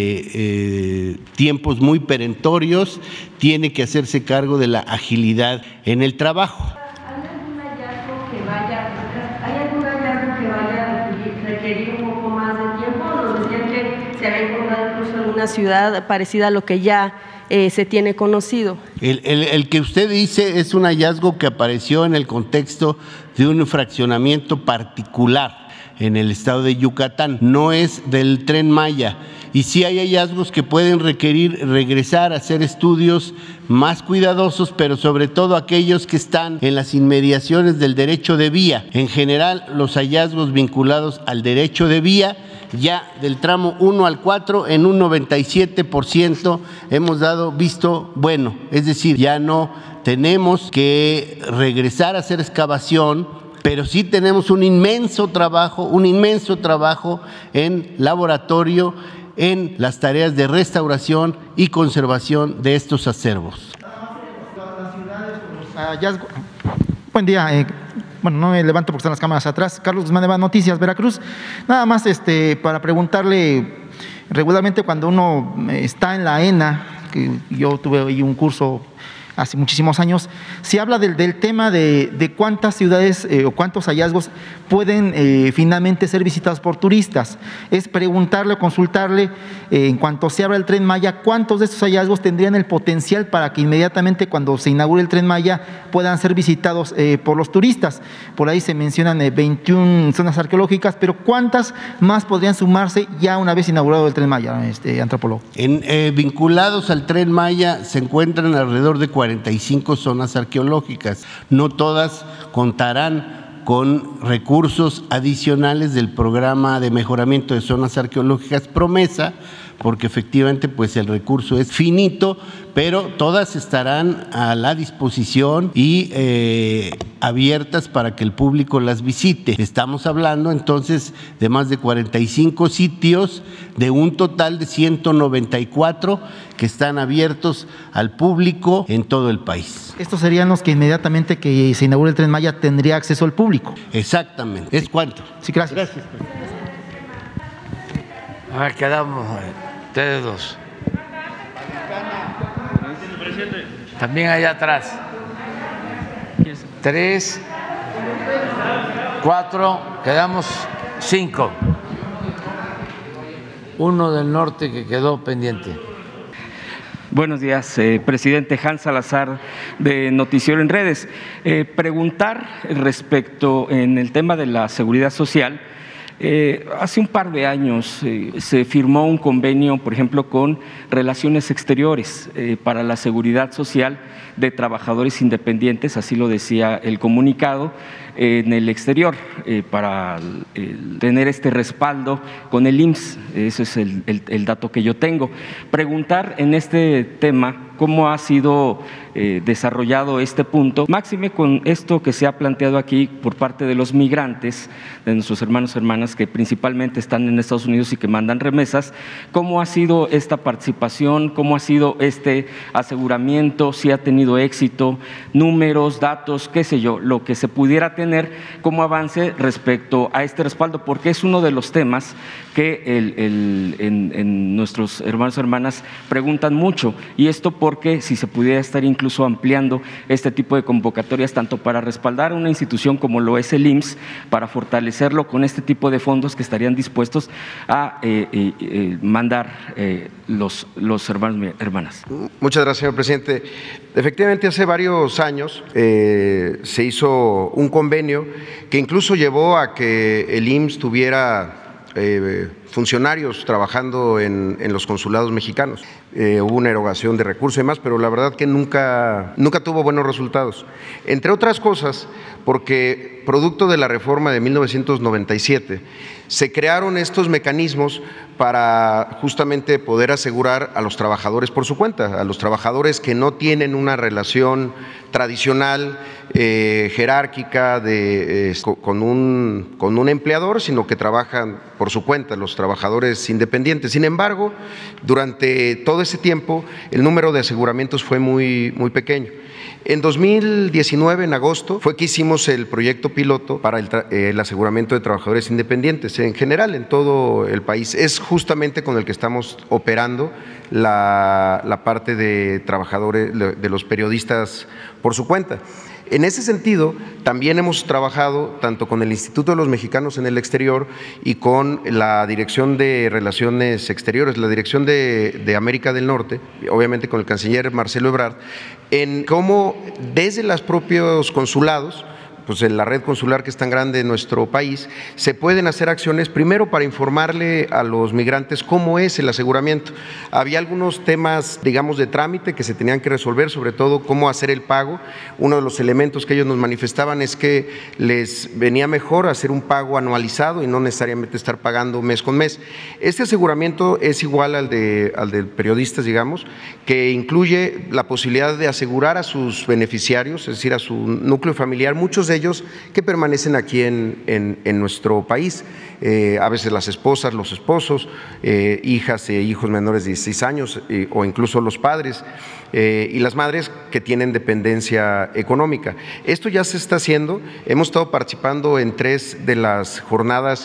eh, tiempos muy perentorios, tiene que hacerse cargo de la agilidad en el trabajo. ¿Hay algún hallazgo que vaya, ¿hay algún hallazgo que vaya a requerir un poco más de tiempo? Nos decían que se había encontrado incluso en una ciudad parecida a lo que ya eh, se tiene conocido. El, el, el que usted dice es un hallazgo que apareció en el contexto de un fraccionamiento particular en el estado de Yucatán, no es del Tren Maya, y sí hay hallazgos que pueden requerir regresar a hacer estudios más cuidadosos, pero sobre todo aquellos que están en las inmediaciones del derecho de vía. En general, los hallazgos vinculados al derecho de vía, ya del tramo uno al cuatro, en un noventa y siete por ciento hemos dado visto bueno, es decir, ya no tenemos que regresar a hacer excavación, pero sí tenemos un inmenso trabajo, un inmenso trabajo en laboratorio, en las tareas de restauración y conservación de estos acervos. Buen día. Eh, bueno, no me levanto porque están las cámaras atrás. Carlos Guzmán de Eva Noticias, Veracruz. Nada más este, para preguntarle, regularmente cuando uno está en la ENA, que yo tuve ahí un curso hace muchísimos años, se habla del, del tema de, de cuántas ciudades eh, o cuántos hallazgos pueden eh, finalmente ser visitados por turistas. Es preguntarle o consultarle, eh, en cuanto se abra el Tren Maya, cuántos de estos hallazgos tendrían el potencial para que inmediatamente cuando se inaugure el Tren Maya puedan ser visitados eh, por los turistas. Por ahí se mencionan eh, veintiuna zonas arqueológicas, pero ¿cuántas más podrían sumarse ya una vez inaugurado el Tren Maya, este antropólogo? En, eh, vinculados al Tren Maya se encuentran alrededor de cuarenta y cinco zonas arqueológicas. No todas contarán con recursos adicionales del programa de mejoramiento de zonas arqueológicas Promesa, porque efectivamente pues el recurso es finito, pero todas estarán a la disposición y eh, abiertas para que el público las visite. Estamos hablando entonces de más de cuarenta y cinco sitios, de un total de ciento noventa y cuatro que están abiertos al público en todo el país. Estos serían los que inmediatamente que se inaugure el Tren Maya tendría acceso al público. Exactamente. ¿Es cuánto? Sí, gracias. Gracias. A ver, quedamos ustedes dos. También allá atrás. Tres, cuatro, quedamos cinco. Uno del norte que quedó pendiente. Buenos días, eh, presidente. Hans Salazar, de Noticiero en Redes. Eh, preguntar respecto en el tema de la seguridad social. Eh, hace un par de años eh, se firmó un convenio, por ejemplo, con Relaciones Exteriores eh, para la seguridad social de trabajadores independientes, así lo decía el comunicado, eh, en el exterior, eh, para eh, tener este respaldo con el I M S S. Ese es el, el, el dato que yo tengo. Preguntar en este tema cómo ha sido eh, desarrollado este punto, máxime con esto que se ha planteado aquí por parte de los migrantes, de nuestros hermanos y hermanas que principalmente están en Estados Unidos y que mandan remesas. ¿Cómo ha sido esta participación? ¿Cómo ha sido este aseguramiento? ¿Si ha tenido éxito? ¿Números, datos, qué sé yo, lo que se pudiera tener como avance respecto a este respaldo? Porque es uno de los temas que el, el, en, en nuestros hermanos y hermanas preguntan mucho, y esto porque si se pudiera estar incluso ampliando este tipo de convocatorias tanto para respaldar a una institución como lo es el I M S S, para fortalecerlo con este tipo de fondos que estarían dispuestos a eh, eh, eh, mandar eh, los, los hermanos y hermanas. Muchas gracias, señor presidente. Efectivamente, hace varios años eh, se hizo un convenio que incluso llevó a que el I M S S tuviera Eh, funcionarios trabajando en, en los consulados mexicanos. Eh, hubo una erogación de recursos y demás, pero la verdad que nunca, nunca tuvo buenos resultados. Entre otras cosas, porque producto de la reforma de mil novecientos noventa y siete, se crearon estos mecanismos para justamente poder asegurar a los trabajadores por su cuenta, a los trabajadores que no tienen una relación tradicional, eh, jerárquica de, eh, con, un, con un empleador, sino que trabajan por su cuenta, los trabajadores independientes. Sin embargo, durante todo ese tiempo, el número de aseguramientos fue muy, muy pequeño. En dos mil diecinueve, en agosto, fue que hicimos el proyecto piloto para el, el aseguramiento de trabajadores independientes, en general, en todo el país. Es justamente con el que estamos operando la, la parte de trabajadores, de los periodistas por su cuenta. En ese sentido, también hemos trabajado tanto con el Instituto de los Mexicanos en el Exterior y con la Dirección de Relaciones Exteriores, la Dirección de, de América del Norte, obviamente con el canciller Marcelo Ebrard, en cómo desde los propios consulados, pues en la red consular que es tan grande en nuestro país, se pueden hacer acciones primero para informarle a los migrantes cómo es el aseguramiento. Había algunos temas, digamos, de trámite que se tenían que resolver, sobre todo cómo hacer el pago. Uno de los elementos que ellos nos manifestaban es que les venía mejor hacer un pago anualizado y no necesariamente estar pagando mes con mes. Este aseguramiento es igual al de, al de periodistas, digamos, que incluye la posibilidad de asegurar a sus beneficiarios, es decir, a su núcleo familiar. Muchos de ellos ellos que permanecen aquí en, en, en nuestro país. Eh, a veces las esposas, los esposos, eh, hijas e hijos menores de dieciséis años eh, o incluso los padres eh, y las madres que tienen dependencia económica. Esto ya se está haciendo. Hemos estado participando en tres de las jornadas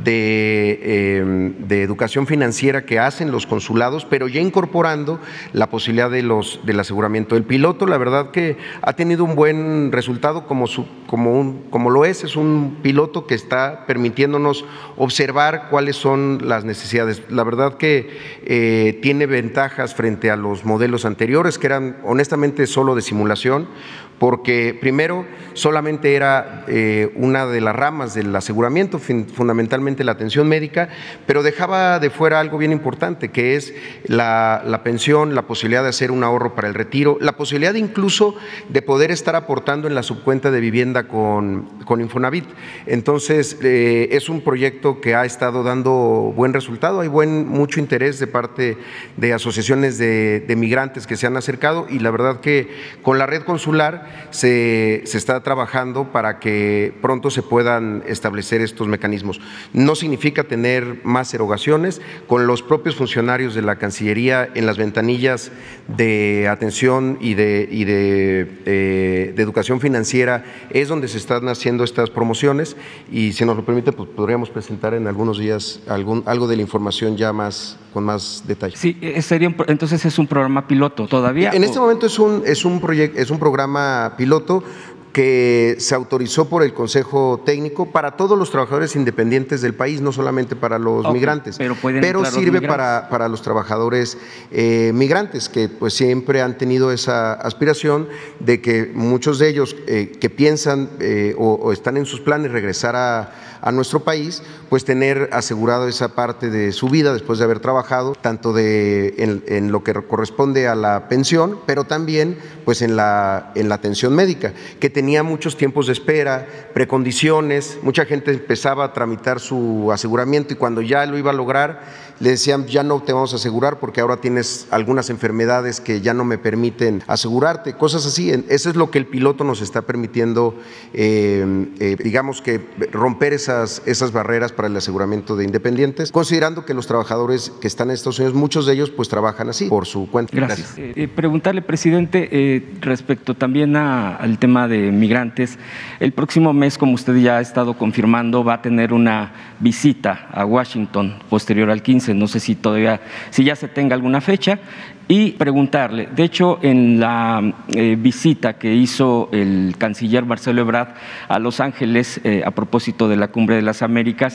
de, eh, de educación financiera que hacen los consulados, pero ya incorporando la posibilidad de los, del aseguramiento. El piloto, la verdad que ha tenido un buen resultado como, su, como, un, como lo es, es un piloto que está permitiéndonos observar cuáles son las necesidades. La verdad que eh, tiene ventajas frente a los modelos anteriores, que eran honestamente solo de simulación, porque primero solamente era eh, una de las ramas del aseguramiento, fundamentalmente la atención médica, pero dejaba de fuera algo bien importante, que es la, la pensión, la posibilidad de hacer un ahorro para el retiro, la posibilidad incluso de poder estar aportando en la subcuenta de vivienda con, con Infonavit. Entonces, eh, es un proyecto que ha estado dando buen resultado, hay buen, mucho interés de parte de asociaciones de, de migrantes que se han acercado, y la verdad que con la red consular Se, se está trabajando para que pronto se puedan establecer estos mecanismos. No significa tener más erogaciones. Con los propios funcionarios de la Cancillería en las ventanillas de atención y de, y de, eh, de educación financiera es donde se están haciendo estas promociones, y si nos lo permite, pues podríamos presentar en algunos días algún, algo de la información ya más con más detalle. Sí, sería un, entonces es un programa piloto todavía. En este momento es un, es un proyecto, es un programa piloto que se autorizó por el Consejo Técnico para todos los trabajadores independientes del país, no solamente para los okay, migrantes, pero, pero sirve los para, para los trabajadores eh, migrantes, que pues siempre han tenido esa aspiración de que muchos de ellos eh, que piensan eh, o, o están en sus planes regresar a, a nuestro país, pues tener asegurado esa parte de su vida después de haber trabajado, tanto de, en, en lo que corresponde a la pensión, pero también pues en la, en la atención médica, que tenía muchos tiempos de espera, precondiciones, mucha gente empezaba a tramitar su aseguramiento y cuando ya lo iba a lograr, le decían ya no te vamos a asegurar porque ahora tienes algunas enfermedades que ya no me permiten asegurarte, cosas así. Eso es lo que el piloto nos está permitiendo, eh, eh, digamos que romper esas, esas barreras para el aseguramiento de independientes, considerando que los trabajadores que están en Estados Unidos, muchos de ellos pues trabajan así, por su cuenta. Gracias. Gracias. Eh, preguntarle, presidente, eh, respecto también a, al tema de migrantes, el próximo mes, como usted ya ha estado confirmando, va a tener una visita a Washington posterior al quince, no sé si todavía, si ya se tenga alguna fecha, y preguntarle, de hecho, en la eh, visita que hizo el canciller Marcelo Ebrard a Los Ángeles eh, a propósito de la Cumbre de las Américas,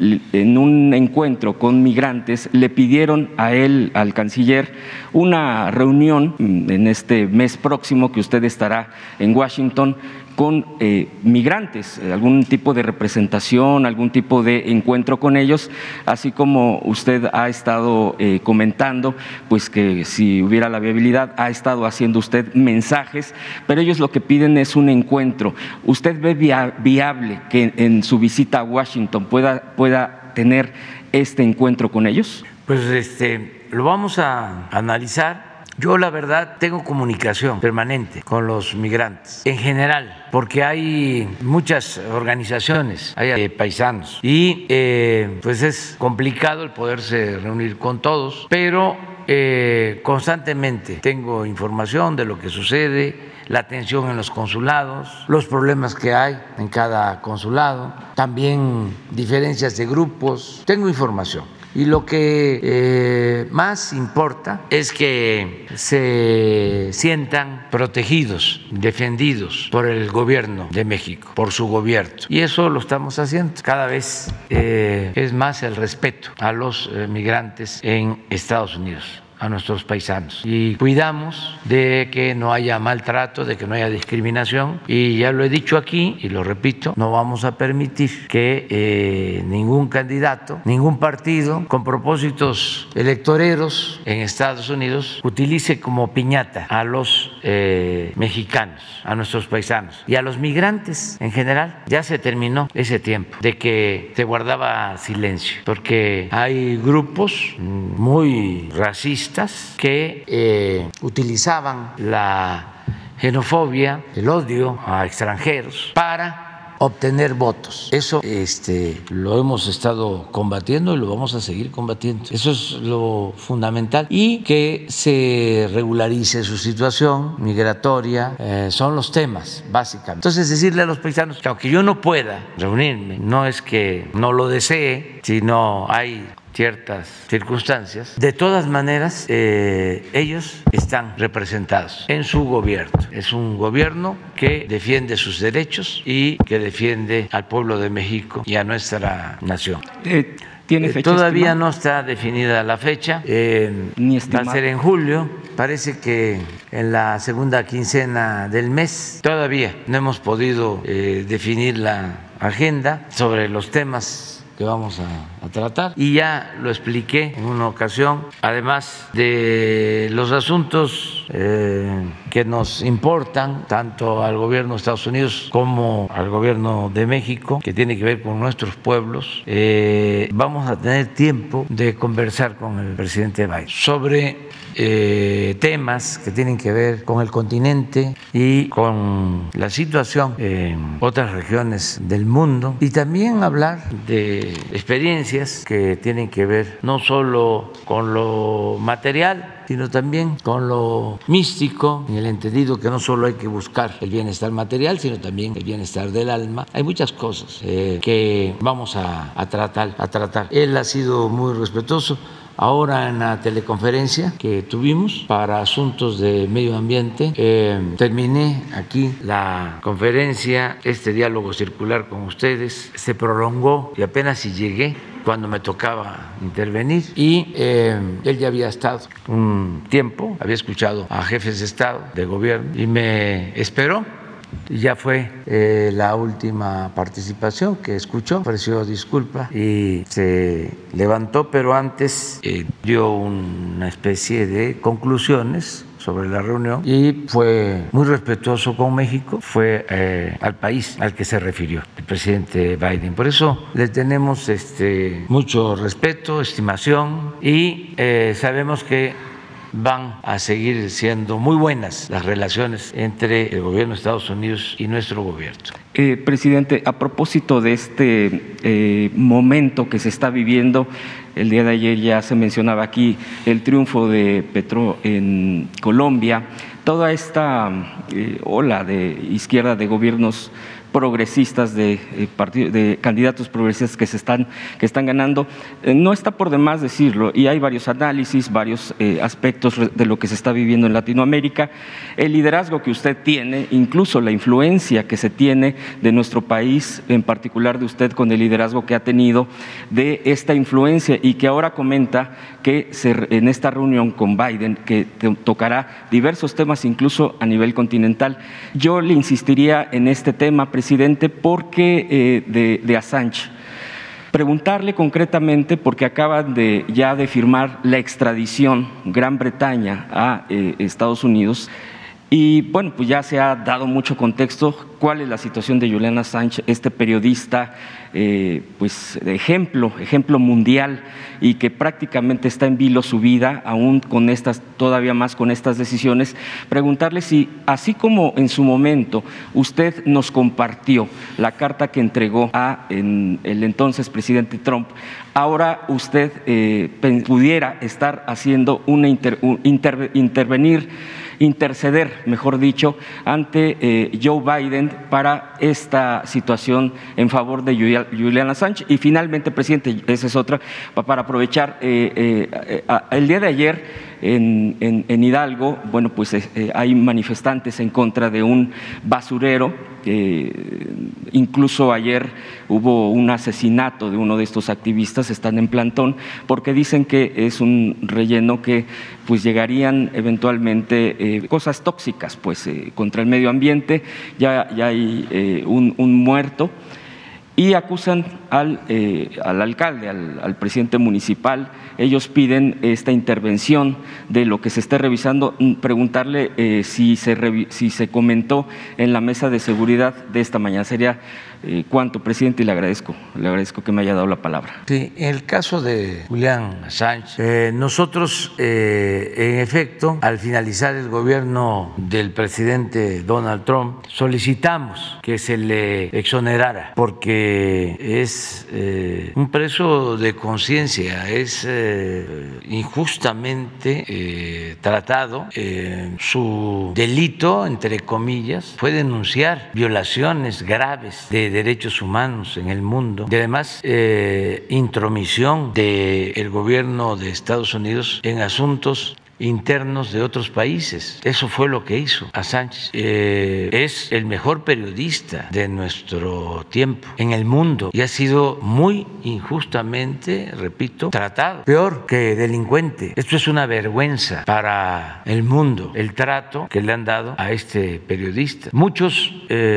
en un encuentro con migrantes, le pidieron a él, al canciller, una reunión en este mes próximo que usted estará en Washington con eh, migrantes, algún tipo de representación, algún tipo de encuentro con ellos, así como usted ha estado eh, comentando, pues que si hubiera la viabilidad, ha estado haciendo usted mensajes, pero ellos lo que piden es un encuentro. ¿Usted ve via viable que en su visita a Washington pueda, pueda tener este encuentro con ellos? Pues este, lo vamos a analizar. Yo, la verdad, tengo comunicación permanente con los migrantes en general, porque hay muchas organizaciones, hay eh, paisanos, y eh, pues es complicado el poderse reunir con todos, pero eh, constantemente tengo información de lo que sucede, la atención en los consulados, los problemas que hay en cada consulado, también diferencias de grupos, tengo información. Y lo que eh, más importa es que se sientan protegidos, defendidos por el gobierno de México, por su gobierno. Y eso lo estamos haciendo. Cada vez eh, es más el respeto a los eh, migrantes en Estados Unidos, a nuestros paisanos, y cuidamos de que no haya maltrato, de que no haya discriminación, y ya lo he dicho aquí y lo repito, no vamos a permitir que eh, ningún candidato, ningún partido con propósitos electoreros en Estados Unidos utilice como piñata a los eh, mexicanos, a nuestros paisanos y a los migrantes en general. Ya se terminó ese tiempo de que se guardaba silencio, porque hay grupos muy racistas que eh, utilizaban la xenofobia, el odio a extranjeros para obtener votos. Eso este, lo hemos estado combatiendo y lo vamos a seguir combatiendo. Eso es lo fundamental. Y que se regularice su situación migratoria, eh, son los temas básicamente. Entonces, decirle a los paisanos que aunque yo no pueda reunirme, no es que no lo desee, sino hay ciertas circunstancias, de todas maneras eh, ellos están representados en su gobierno. Es un gobierno que defiende sus derechos y que defiende al pueblo de México y a nuestra nación. Eh, ¿Tiene fecha Todavía estimada? No está definida la fecha, eh, Ni va estimada. a ser en julio, parece que en la segunda quincena del mes. Todavía no hemos podido eh, definir la agenda sobre los temas que vamos a, a tratar, y ya lo expliqué en una ocasión, además de los asuntos eh, que nos importan tanto al gobierno de Estados Unidos como al gobierno de México, que tiene que ver con nuestros pueblos. Eh, vamos a tener tiempo de conversar con el presidente Biden sobre eh, temas que tienen que ver con el continente y con la situación en otras regiones del mundo, y también hablar de experiencias que tienen que ver no solo con lo material, sino también con lo místico, en el entendido que no solo hay que buscar el bienestar material, sino también el bienestar del alma. Hay muchas cosas eh, que vamos a, a tratar, a tratar. Él ha sido muy respetuoso. Ahora en la teleconferencia que tuvimos para asuntos de medio ambiente, eh, terminé aquí la conferencia, este diálogo circular con ustedes, se prolongó y apenas si llegué cuando me tocaba intervenir, y eh, él ya había estado un tiempo, había escuchado a jefes de Estado, de gobierno, y me esperó. Ya fue eh, la última participación que escuchó, ofreció disculpa y se levantó, pero antes eh, dio una especie de conclusiones sobre la reunión y fue muy respetuoso con México, fue eh, al país al que se refirió el presidente Biden. Por eso le tenemos este, mucho respeto, estimación, y eh, sabemos que van a seguir siendo muy buenas las relaciones entre el gobierno de Estados Unidos y nuestro gobierno. Eh, presidente, a propósito de este eh, momento que se está viviendo, el día de ayer ya se mencionaba aquí el triunfo de Petro en Colombia, toda esta eh, ola de izquierda de gobiernos progresistas, de, eh, de candidatos progresistas que se están, que están ganando, eh, no está por demás decirlo, y hay varios análisis, varios eh, aspectos de lo que se está viviendo en Latinoamérica, el liderazgo que usted tiene, incluso la influencia que se tiene de nuestro país, en particular de usted con el liderazgo que ha tenido de esta influencia, y que ahora comenta que se, en esta reunión con Biden, que tocará diversos temas incluso a nivel continental. Yo le insistiría en este tema, presidente, porque eh, de, de Assange. Preguntarle concretamente, porque acaban de ya de firmar la extradición Gran Bretaña a eh, Estados Unidos, y bueno, pues ya se ha dado mucho contexto cuál es la situación de Julian Assange, este periodista eh, pues de ejemplo, ejemplo mundial, y que prácticamente está en vilo su vida, aún con estas, todavía más con estas decisiones. Preguntarle si, así como en su momento usted nos compartió la carta que entregó a en el entonces presidente Trump, ahora usted eh, pudiera estar haciendo una inter, un, inter, intervenir interceder, mejor dicho, ante eh, Joe Biden para esta situación en favor de Julian Assange. Y finalmente, presidente, esa es otra, para aprovechar, eh, eh, eh, el día de ayer en, en, en Hidalgo, bueno, pues eh, hay manifestantes en contra de un basurero, eh, incluso ayer hubo un asesinato de uno de estos activistas, están en plantón, porque dicen que es un relleno que pues llegarían eventualmente eh, cosas tóxicas pues eh, contra el medio ambiente, ya, ya hay eh, un, un muerto. y acusan al, eh, al alcalde, al, al presidente municipal. Ellos piden esta intervención de lo que se esté revisando, preguntarle eh, si, se revi si se comentó en la mesa de seguridad de esta mañana. Sería eh, cuánto, presidente, y le agradezco, le agradezco que me haya dado la palabra. Sí, en el caso de Julián Assange, eh, nosotros, eh, en efecto, al finalizar el gobierno del presidente Donald Trump, solicitamos que se le exonerara, porque es eh, un preso de conciencia, es eh, injustamente eh, tratado. Eh, su delito, entre comillas, fue denunciar violaciones graves de derechos humanos en el mundo y además eh, intromisión del gobierno de Estados Unidos en asuntos internos de otros países. Eso fue lo que hizo Assange. Eh, es el mejor periodista de nuestro tiempo en el mundo y ha sido muy injustamente, repito, tratado, peor que delincuente. Esto es una vergüenza para el mundo, el trato que le han dado a este periodista. Muchos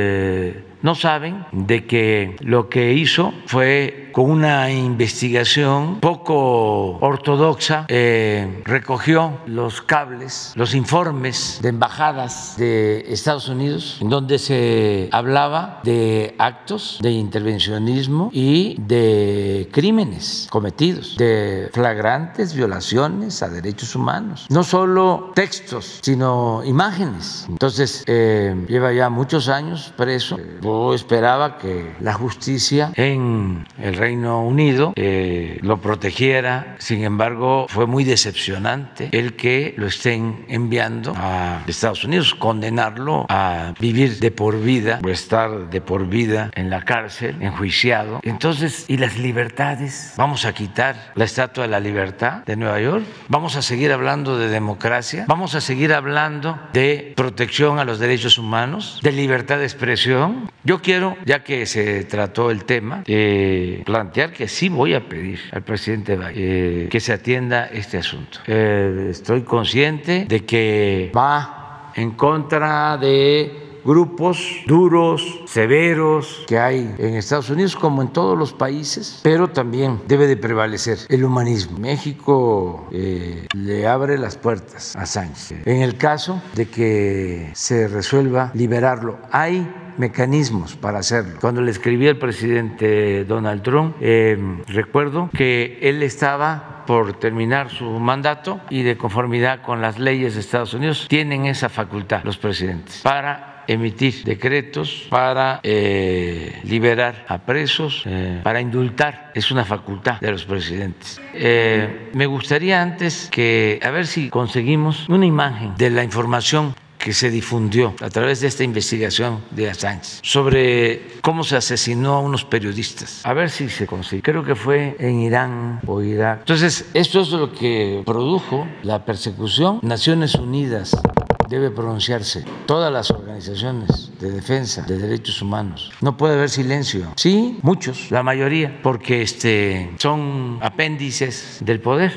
eh, no saben de que lo que hizo fue con una investigación poco ortodoxa, eh, recogió los cables, los informes de embajadas de Estados Unidos, en donde se hablaba de actos de intervencionismo y de crímenes cometidos, de flagrantes violaciones a derechos humanos. No solo textos, sino imágenes. Entonces, eh, lleva ya muchos años preso. Yo esperaba que la justicia en el Reino Unido eh, lo protegiera. Sin embargo, fue muy decepcionante el que lo estén enviando a Estados Unidos, condenarlo a vivir de por vida o estar de por vida en la cárcel, enjuiciado. Entonces, ¿y las libertades? ¿Vamos a quitar la Estatua de la Libertad de Nueva York? ¿Vamos a seguir hablando de democracia? ¿Vamos a seguir hablando de protección a los derechos humanos? ¿De libertad de expresión? Yo quiero, ya que se trató el tema, eh, plantear que sí voy a pedir al presidente Biden eh, que se atienda este asunto. Eh, estoy consciente de que va en contra de grupos duros, severos que hay en Estados Unidos como en todos los países, pero también debe de prevalecer el humanismo. México eh, le abre las puertas a Assange. En el caso de que se resuelva liberarlo, hay mecanismos para hacerlo. Cuando le escribí al presidente Donald Trump, eh, recuerdo que él estaba por terminar su mandato y de conformidad con las leyes de Estados Unidos tienen esa facultad los presidentes para emitir decretos, para eh, liberar a presos, eh, para indultar. Es una facultad de los presidentes. Eh, me gustaría antes que, a ver si conseguimos una imagen de la información que se difundió a través de esta investigación de Assange sobre cómo se asesinó a unos periodistas. A ver si se consigue. Creo que fue en Irán o Irak. Entonces, esto es lo que produjo la persecución. Naciones Unidas debe pronunciarse, todas las organizaciones de defensa de derechos humanos. No puede haber silencio. Sí, muchos, la mayoría, porque este, son apéndices del poder.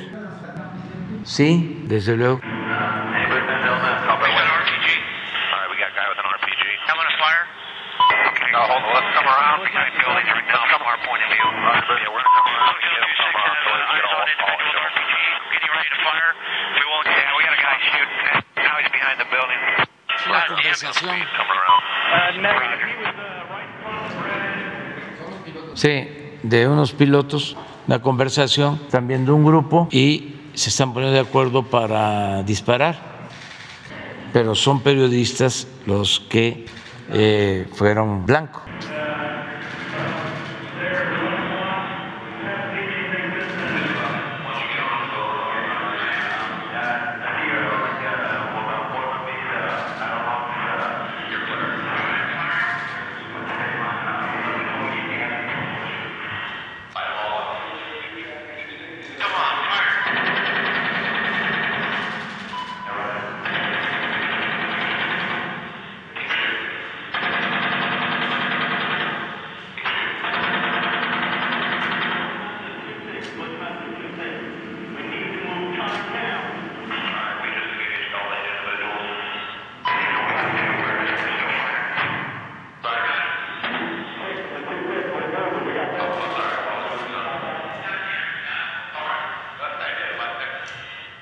Sí, desde luego. No, hold on. Let's come around behind buildings right now from our point of view. Yeah, we're going to come around and get them from our point of view. R P G, getting ready to fire. We won't. Yeah, we got a guy shooting. Now he's behind the building. La conversación. Sí, de unos pilotos, una conversación también de un grupo y se están poniendo de acuerdo para disparar, pero son periodistas los que Eh, fueron blancos.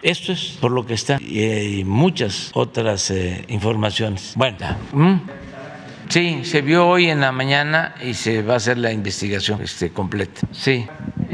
Esto es por lo que está y hay muchas otras eh, informaciones. Bueno, ¿Mm? Sí, se vio hoy en la mañana y se va a hacer la investigación este, completa. Sí,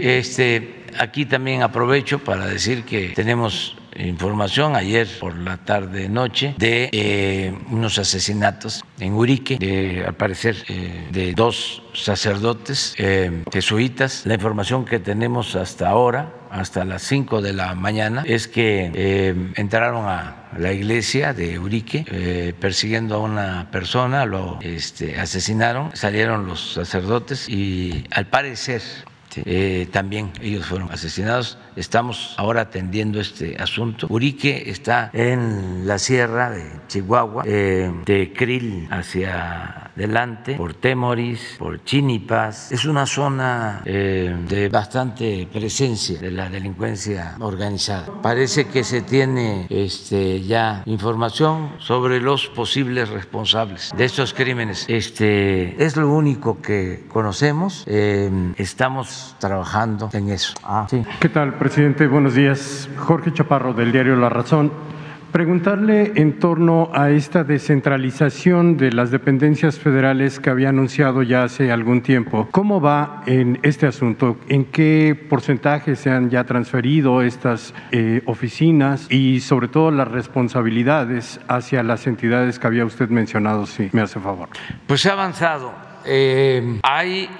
este, aquí también aprovecho para decir que tenemos información ayer por la tarde noche de eh, unos asesinatos en Urique, de, al parecer eh, de dos sacerdotes eh, jesuitas. La información que tenemos hasta ahora, hasta las cinco de la mañana, es que eh, entraron a la iglesia de Urique eh, persiguiendo a una persona, lo este, asesinaron, salieron los sacerdotes y al parecer Eh, también ellos fueron asesinados. Estamos ahora atendiendo este asunto. Urique está en la sierra de Chihuahua, eh, de Krill hacia adelante, por Temoris, por Chinipas. Es una zona eh, de bastante presencia de la delincuencia organizada. Parece que se tiene este, ya información sobre los posibles responsables de estos crímenes. Este, es lo único que conocemos. Eh, estamos trabajando en eso. Ah, sí. ¿Qué tal, presidente? Buenos días. Jorge Chaparro, del diario La Razón. Preguntarle en torno a esta descentralización de las dependencias federales que había anunciado ya hace algún tiempo. ¿Cómo va en este asunto? ¿En qué porcentaje se han ya transferido estas eh, oficinas y sobre todo las responsabilidades hacia las entidades que había usted mencionado? Si me hace favor. Pues se ha avanzado. Eh, hay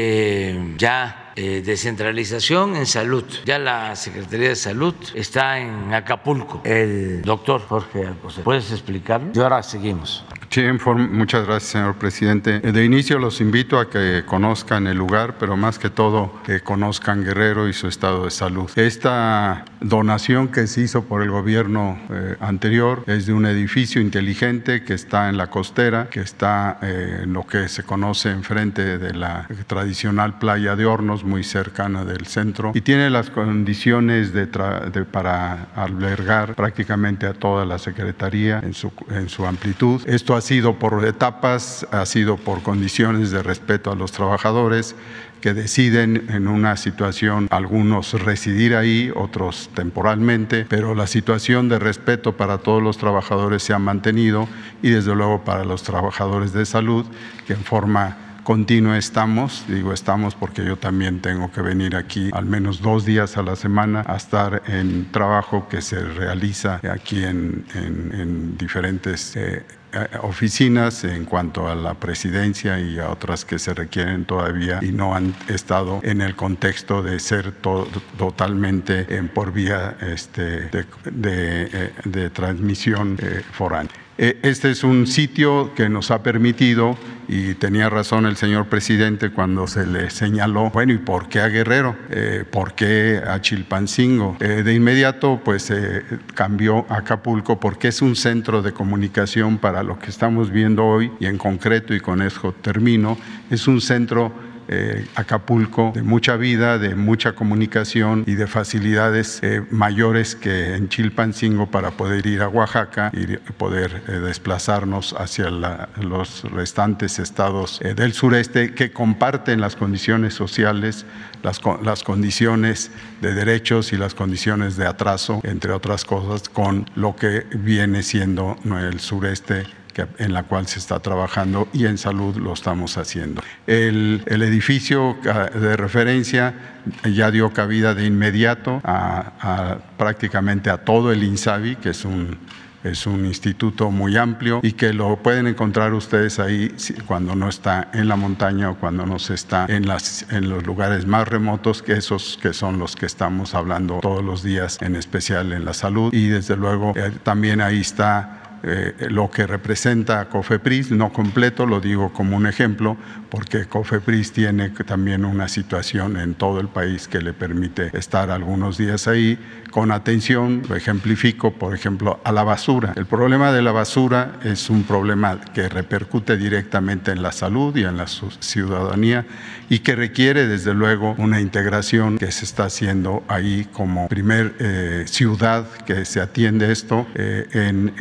eh, ya Eh, descentralización en salud. Ya la Secretaría de Salud está en Acapulco. El doctor Jorge Alcocer. ¿Puedes explicarlo? Y ahora seguimos. Sí, muchas gracias, señor presidente. De inicio los invito a que conozcan el lugar, pero más que todo que conozcan Guerrero y su estado de salud. Esta donación que se hizo por el gobierno eh, anterior es de un edificio inteligente que está en la costera, que está eh, en lo que se conoce enfrente de la tradicional playa de Hornos, muy cercana del centro, y tiene las condiciones de, de para albergar prácticamente a toda la Secretaría en su, en su amplitud. Esto ha sido por etapas, ha sido por condiciones de respeto a los trabajadores que deciden en una situación, algunos residir ahí, otros temporalmente, pero la situación de respeto para todos los trabajadores se ha mantenido y desde luego para los trabajadores de salud, que en forma continua estamos, digo estamos porque yo también tengo que venir aquí al menos dos días a la semana a estar en trabajo que se realiza aquí en, en, en diferentes eh, oficinas en cuanto a la presidencia y a otras que se requieren todavía y no han estado en el contexto de ser to totalmente en por vía este, de, de, de transmisión eh, foránea. Este es un sitio que nos ha permitido, y tenía razón el señor presidente cuando se le señaló, bueno, ¿y por qué a Guerrero? Eh, ¿Por qué a Chilpancingo? Eh, de inmediato, pues, eh, cambió a Acapulco porque es un centro de comunicación para lo que estamos viendo hoy, y en concreto, y con eso termino, es un centro Eh, Acapulco de mucha vida, de mucha comunicación y de facilidades eh, mayores que en Chilpancingo para poder ir a Oaxaca y poder eh, desplazarnos hacia la, los restantes estados eh, del sureste que comparten las condiciones sociales, las, las condiciones de derechos y las condiciones de atraso, entre otras cosas, con lo que viene siendo el sureste en la cual se está trabajando, y en salud lo estamos haciendo. El, el edificio de referencia ya dio cabida de inmediato a, a prácticamente a todo el INSABI, que es un Es un instituto muy amplio y que lo pueden encontrar ustedes ahí cuando no está en la montaña o cuando no se está en, las, en los lugares más remotos, que esos que son los que estamos hablando todos los días, en especial en la salud. Y desde luego eh, también ahí está Eh, lo que representa a COFEPRIS, no completo, lo digo como un ejemplo, porque COFEPRIS tiene también una situación en todo el país que le permite estar algunos días ahí con atención. Lo ejemplifico, por ejemplo, a la basura. El problema de la basura es un problema que repercute directamente en la salud y en la ciudadanía y que requiere desde luego una integración que se está haciendo ahí como primer eh, ciudad que se atiende esto eh, en, en Acapulco.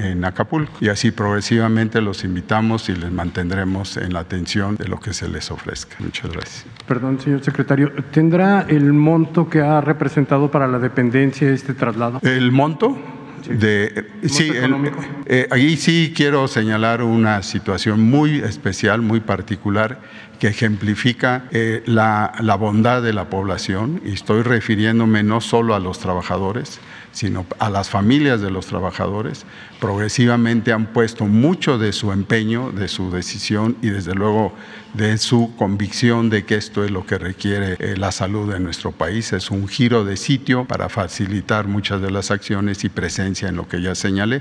Acapulco. Y así progresivamente los invitamos y les mantendremos en la atención de lo que se les ofrezca. Muchas gracias. Perdón, señor secretario, ¿tendrá el monto que ha representado para la dependencia este traslado? ¿El monto? De, sí, el, eh, ahí sí quiero señalar una situación muy especial, muy particular, que ejemplifica eh, la, la bondad de la población, y estoy refiriéndome no solo a los trabajadores, sino a las familias de los trabajadores. Progresivamente han puesto mucho de su empeño, de su decisión y desde luego de su convicción de que esto es lo que requiere eh, la salud de nuestro país. Es un giro de sitio para facilitar muchas de las acciones y presencia en lo que ya señalé.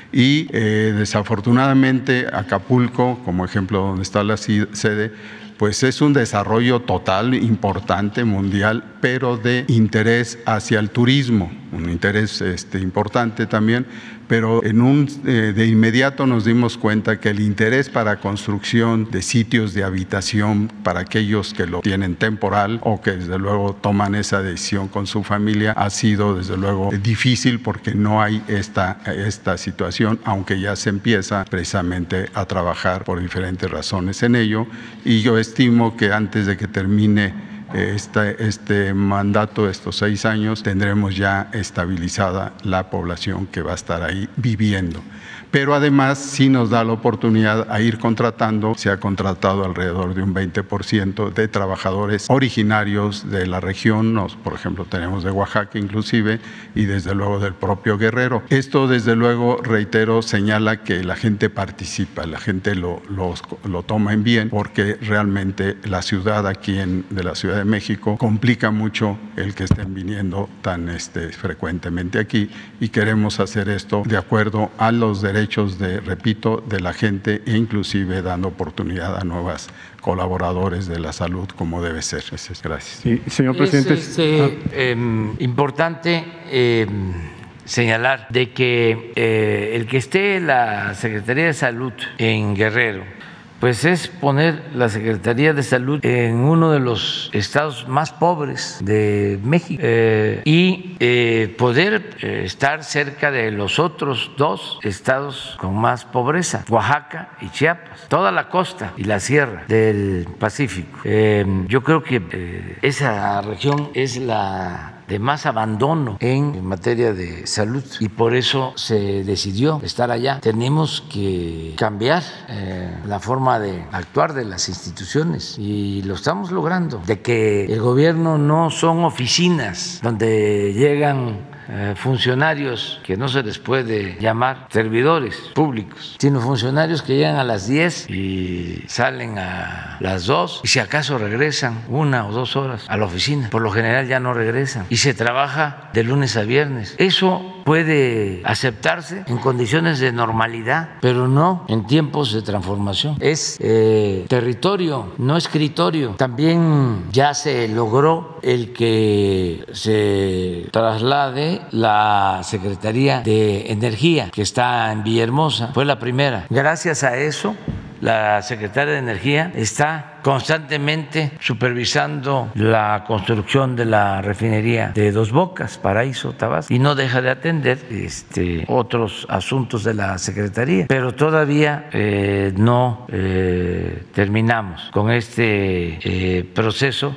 Y eh, desafortunadamente Acapulco, como ejemplo donde está la sede, pues es un desarrollo total, importante, mundial, pero de interés hacia el turismo, un interés este, importante también, pero en un, eh, de inmediato nos dimos cuenta que el interés para construcción de sitios de habitación para aquellos que lo tienen temporal o que desde luego toman esa decisión con su familia ha sido desde luego difícil porque no hay esta, esta situación, aunque ya se empieza precisamente a trabajar por diferentes razones en ello, y yo estimo que antes de que termine Este, este mandato, estos seis años, tendremos ya estabilizada la población que va a estar ahí viviendo. Pero además sí nos da la oportunidad a ir contratando, se ha contratado alrededor de un veinte por ciento de trabajadores originarios de la región, nos, por ejemplo tenemos de Oaxaca inclusive, y desde luego del propio Guerrero. Esto desde luego, reitero, señala que la gente participa, la gente lo, lo, lo toma en bien, porque realmente la ciudad aquí en, de la Ciudad de México complica mucho el que estén viniendo tan este, frecuentemente aquí, y queremos hacer esto de acuerdo a los derechos de, repito, de la gente, e inclusive dando oportunidad a nuevos colaboradores de la salud como debe ser. Gracias. Sí, señor presidente. Es este, ah. eh, importante eh, señalar de que eh, el que esté la Secretaría de Salud en Guerrero, pues es poner la Secretaría de Salud en uno de los estados más pobres de México eh, y eh, poder eh, estar cerca de los otros dos estados con más pobreza, Oaxaca y Chiapas, toda la costa y la sierra del Pacífico. Eh, yo creo que eh, esa región es la de más abandono en materia de salud y por eso se decidió estar allá. Tenemos que cambiar eh, la forma de actuar de las instituciones y lo estamos logrando, de que el gobierno no son oficinas donde llegan Eh, funcionarios que no se les puede llamar servidores públicos, sino funcionarios que llegan a las diez y salen a las dos y si acaso regresan una o dos horas a la oficina. Por lo general ya no regresan y se trabaja de lunes a viernes. Eso puede aceptarse en condiciones de normalidad, pero no en tiempos de transformación. Es eh, territorio, no escritorio. También ya se logró el que se traslade la Secretaría de Energía, que está en Villahermosa, fue la primera. Gracias a eso, la Secretaría de Energía está constantemente supervisando la construcción de la refinería de Dos Bocas, Paraíso, Tabasco, y no deja de atender este, otros asuntos de la Secretaría. Pero todavía eh, no eh, terminamos con este eh, proceso.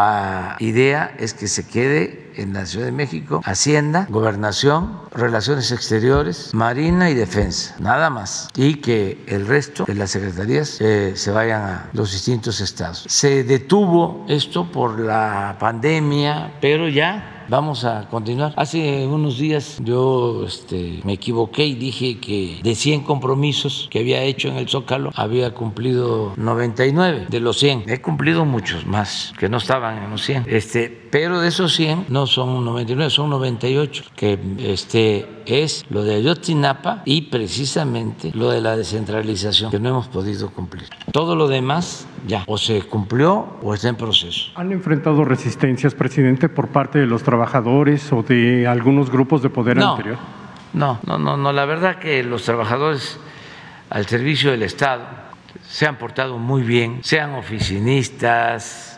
La idea es que se quede en la Ciudad de México Hacienda, Gobernación, Relaciones Exteriores, Marina y Defensa, nada más, y que el resto de las secretarías eh, se vayan a los distintos estados. Se detuvo esto por la pandemia, pero ya vamos a continuar. Hace unos días yo este, me equivoqué y dije que de cien compromisos que había hecho en el Zócalo había cumplido noventa y nueve de los cien. He cumplido muchos más que no estaban en los cien, este, pero de esos cien no son noventa y nueve, son noventa y ocho, que este, es lo de Ayotzinapa y precisamente lo de la descentralización que no hemos podido cumplir. Todo lo demás ya o se cumplió o está en proceso. ¿Han enfrentado resistencias, presidente, por parte de los trabajadores o de algunos grupos de poder no, anterior? No, no, no, no. La verdad que los trabajadores al servicio del Estado se han portado muy bien, sean oficinistas,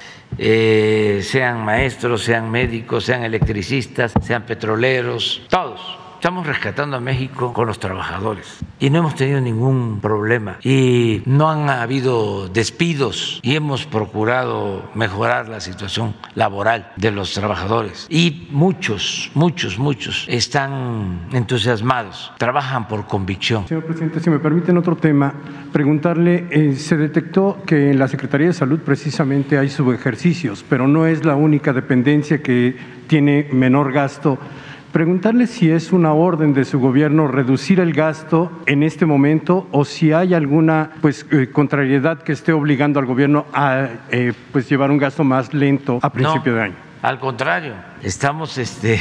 eh, sean maestros, sean médicos, sean electricistas, sean petroleros, todos Estamos rescatando a México con los trabajadores y no hemos tenido ningún problema y no han habido despidos y hemos procurado mejorar la situación laboral de los trabajadores y muchos, muchos, muchos están entusiasmados, trabajan por convicción. Señor presidente, si me permiten otro tema, preguntarle, eh, se detectó que en la Secretaría de Salud precisamente hay subejercicios, pero no es la única dependencia que tiene menor gasto. Preguntarle si es una orden de su gobierno reducir el gasto en este momento o si hay alguna pues eh, contrariedad que esté obligando al gobierno a eh, pues llevar un gasto más lento a principio no, de año. Al contrario, estamos este,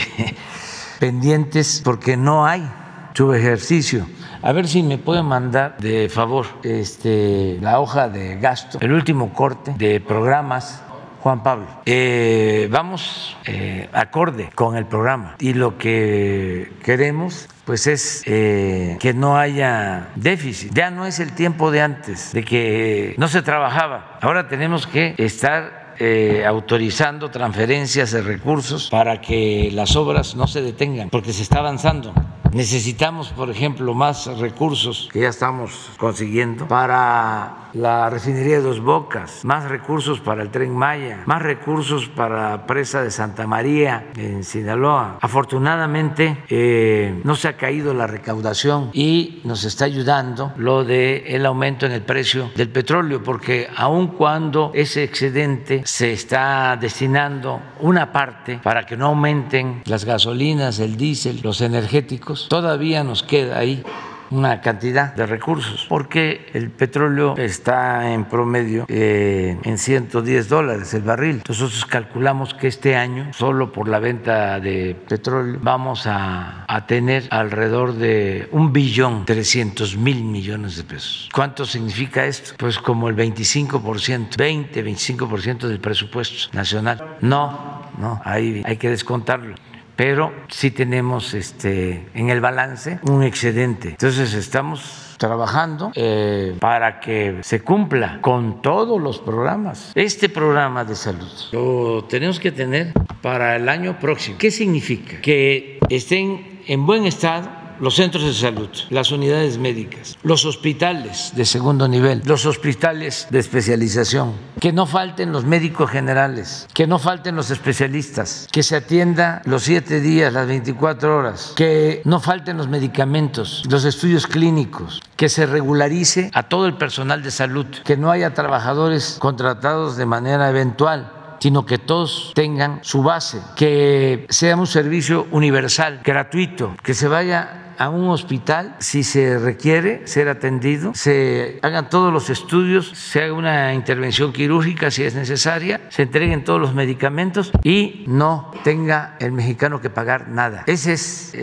pendientes porque no hay subejercicio. A ver si me pueden mandar de favor este, la hoja de gasto, el último corte de programas. Juan Pablo, eh, vamos eh, acorde con el programa y lo que queremos pues es eh, que no haya déficit. Ya no es el tiempo de antes, de que no se trabajaba. Ahora tenemos que estar eh, autorizando transferencias de recursos para que las obras no se detengan, porque se está avanzando. Necesitamos, por ejemplo, más recursos que ya estamos consiguiendo para la refinería de Dos Bocas, más recursos para el Tren Maya, más recursos para la presa de Santa María en Sinaloa. Afortunadamente eh, no se ha caído la recaudación y nos está ayudando lo del aumento en el precio del petróleo, porque aun cuando ese excedente se está destinando una parte para que no aumenten las gasolinas, el diésel, los energéticos, todavía nos queda ahí una cantidad de recursos, porque el petróleo está en promedio eh, en ciento diez dólares el barril. Nosotros calculamos que este año, solo por la venta de petróleo, vamos a, a tener alrededor de un billón trescientos mil millones de pesos. ¿Cuánto significa esto? Pues como el veinticinco por ciento, veinte, veinticinco por ciento del presupuesto nacional. No, no, ahí hay que descontarlo. Pero sí tenemos este, en el balance un excedente. Entonces estamos trabajando eh, para que se cumpla con todos los programas. Este programa de salud lo tenemos que tener para el año próximo. ¿Qué significa? Que estén en buen estado los centros de salud, las unidades médicas, los hospitales de segundo nivel, los hospitales de especialización, que no falten los médicos generales, que no falten los especialistas, que se atienda los siete días, las veinticuatro horas, que no falten los medicamentos, los estudios clínicos, que se regularice a todo el personal de salud, que no haya trabajadores contratados de manera eventual, sino que todos tengan su base, que sea un servicio universal, gratuito, que se vaya a un hospital si se requiere ser atendido, se hagan todos los estudios, se haga una intervención quirúrgica si es necesaria, se entreguen todos los medicamentos y no tenga el mexicano que pagar nada. Ese es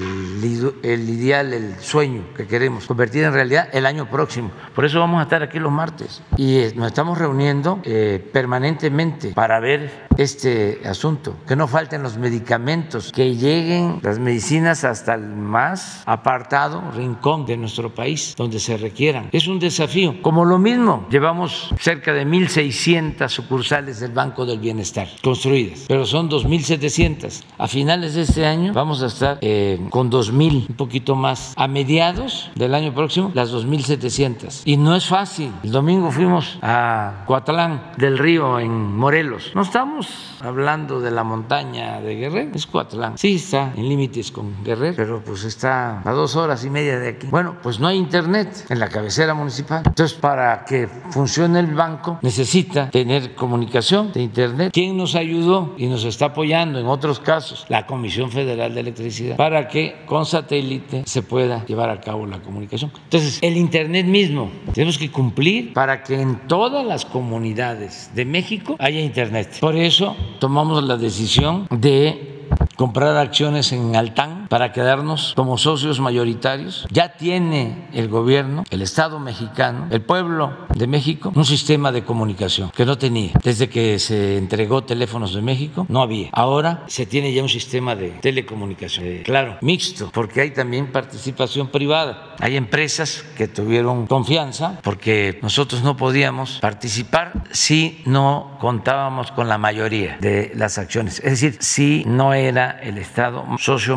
el, el ideal, el sueño que queremos convertir en realidad el año próximo. Por eso vamos a estar aquí los martes y nos estamos reuniendo eh, permanentemente para ver este asunto, que no falten los medicamentos, que lleguen las medicinas hasta el más apartado rincón de nuestro país donde se requieran. Es un desafío. Como lo mismo, llevamos cerca de mil seiscientas sucursales del Banco del Bienestar construidas, pero son dos mil setecientas. A finales de este año vamos a estar eh, con dos mil, un poquito más. A mediados del año próximo, las dos mil setecientas. Y no es fácil. El domingo fuimos a Coatlán del Río en Morelos. No estamos hablando de la montaña de Guerrero, es Coatlán. Sí está en límites con Guerrero, pero pues está a dos horas y media de aquí. Bueno, pues no hay internet en la cabecera municipal. Entonces, para que funcione el banco, necesita tener comunicación de internet. ¿Quién nos ayudó y nos está apoyando en otros casos? La Comisión Federal de Electricidad, para que con satélite se pueda llevar a cabo la comunicación. Entonces, el internet mismo, tenemos que cumplir para que en todas las comunidades de México haya internet. Por eso tomamos la decisión de comprar acciones en Altán para quedarnos como socios mayoritarios. Ya tiene el gobierno, el Estado mexicano, el pueblo de México, un sistema de comunicación que no tenía. Desde que se entregó Teléfonos de México, no había. Ahora se tiene ya un sistema de telecomunicación, eh, claro, mixto, porque hay también participación privada. Hay empresas que tuvieron confianza porque nosotros no podíamos participar si no contábamos con la mayoría de las acciones. Es decir, si no era el Estado socio mayoritario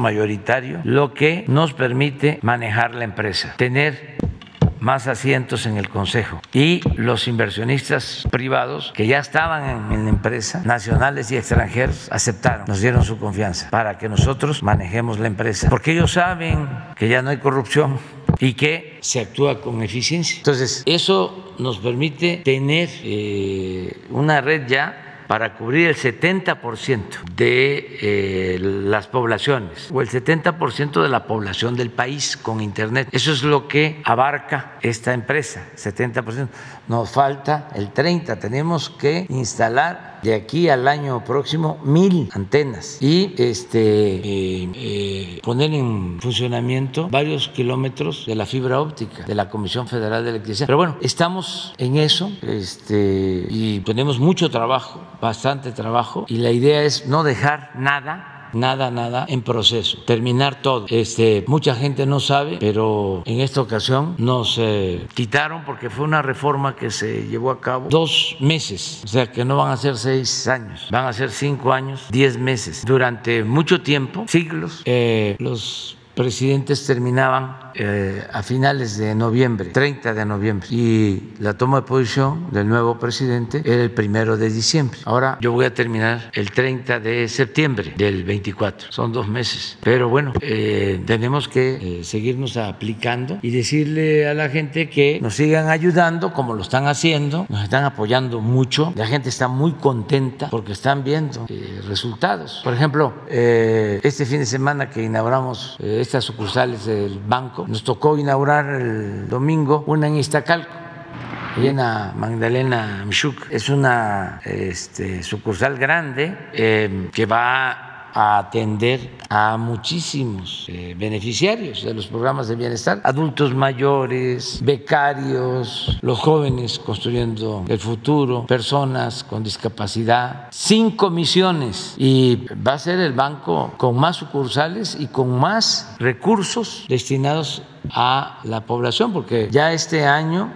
mayoritario, lo que nos permite manejar la empresa, tener más asientos en el consejo, y los inversionistas privados que ya estaban en la empresa, nacionales y extranjeros, aceptaron, nos dieron su confianza para que nosotros manejemos la empresa, porque ellos saben que ya no hay corrupción y que se actúa con eficiencia. Entonces, eso nos permite tener eh, una red ya para cubrir el setenta por ciento de eh, las poblaciones o el setenta por ciento de la población del país con Internet. Eso es lo que abarca esta empresa, setenta por ciento. Nos falta el treinta por ciento. Tenemos que instalar de aquí al año próximo mil antenas y este, eh, eh, poner en funcionamiento varios kilómetros de la fibra óptica de la Comisión Federal de Electricidad. Pero bueno, estamos en eso este, y tenemos mucho trabajo, bastante trabajo, y la idea es no dejar nada Nada, nada en proceso, terminar todo. Este, mucha gente no sabe, pero en esta ocasión nos eh, quitaron, porque fue una reforma que se llevó a cabo dos meses, o sea que no van a ser seis años, van a ser cinco años, diez meses. Durante mucho tiempo, siglos, eh, los presidentes terminaban eh, a finales de noviembre, treinta de noviembre, y la toma de posición del nuevo presidente era el primero de diciembre. Ahora yo voy a terminar el treinta de septiembre del veinticuatro, son dos meses, pero bueno, eh, tenemos que eh, seguirnos aplicando y decirle a la gente que nos sigan ayudando como lo están haciendo, nos están apoyando mucho, la gente está muy contenta porque están viendo eh, resultados. Por ejemplo, eh, este fin de semana que inauguramos eh, estas sucursales del banco, nos tocó inaugurar el domingo una en Iztacalco, en la Magdalena Mixhuc. Es una este, sucursal grande eh, que va a atender a muchísimos eh, beneficiarios de los programas de bienestar, adultos mayores, becarios, los jóvenes construyendo el futuro, personas con discapacidad, sin comisiones, y va a ser el banco con más sucursales y con más recursos destinados a la población, porque ya este año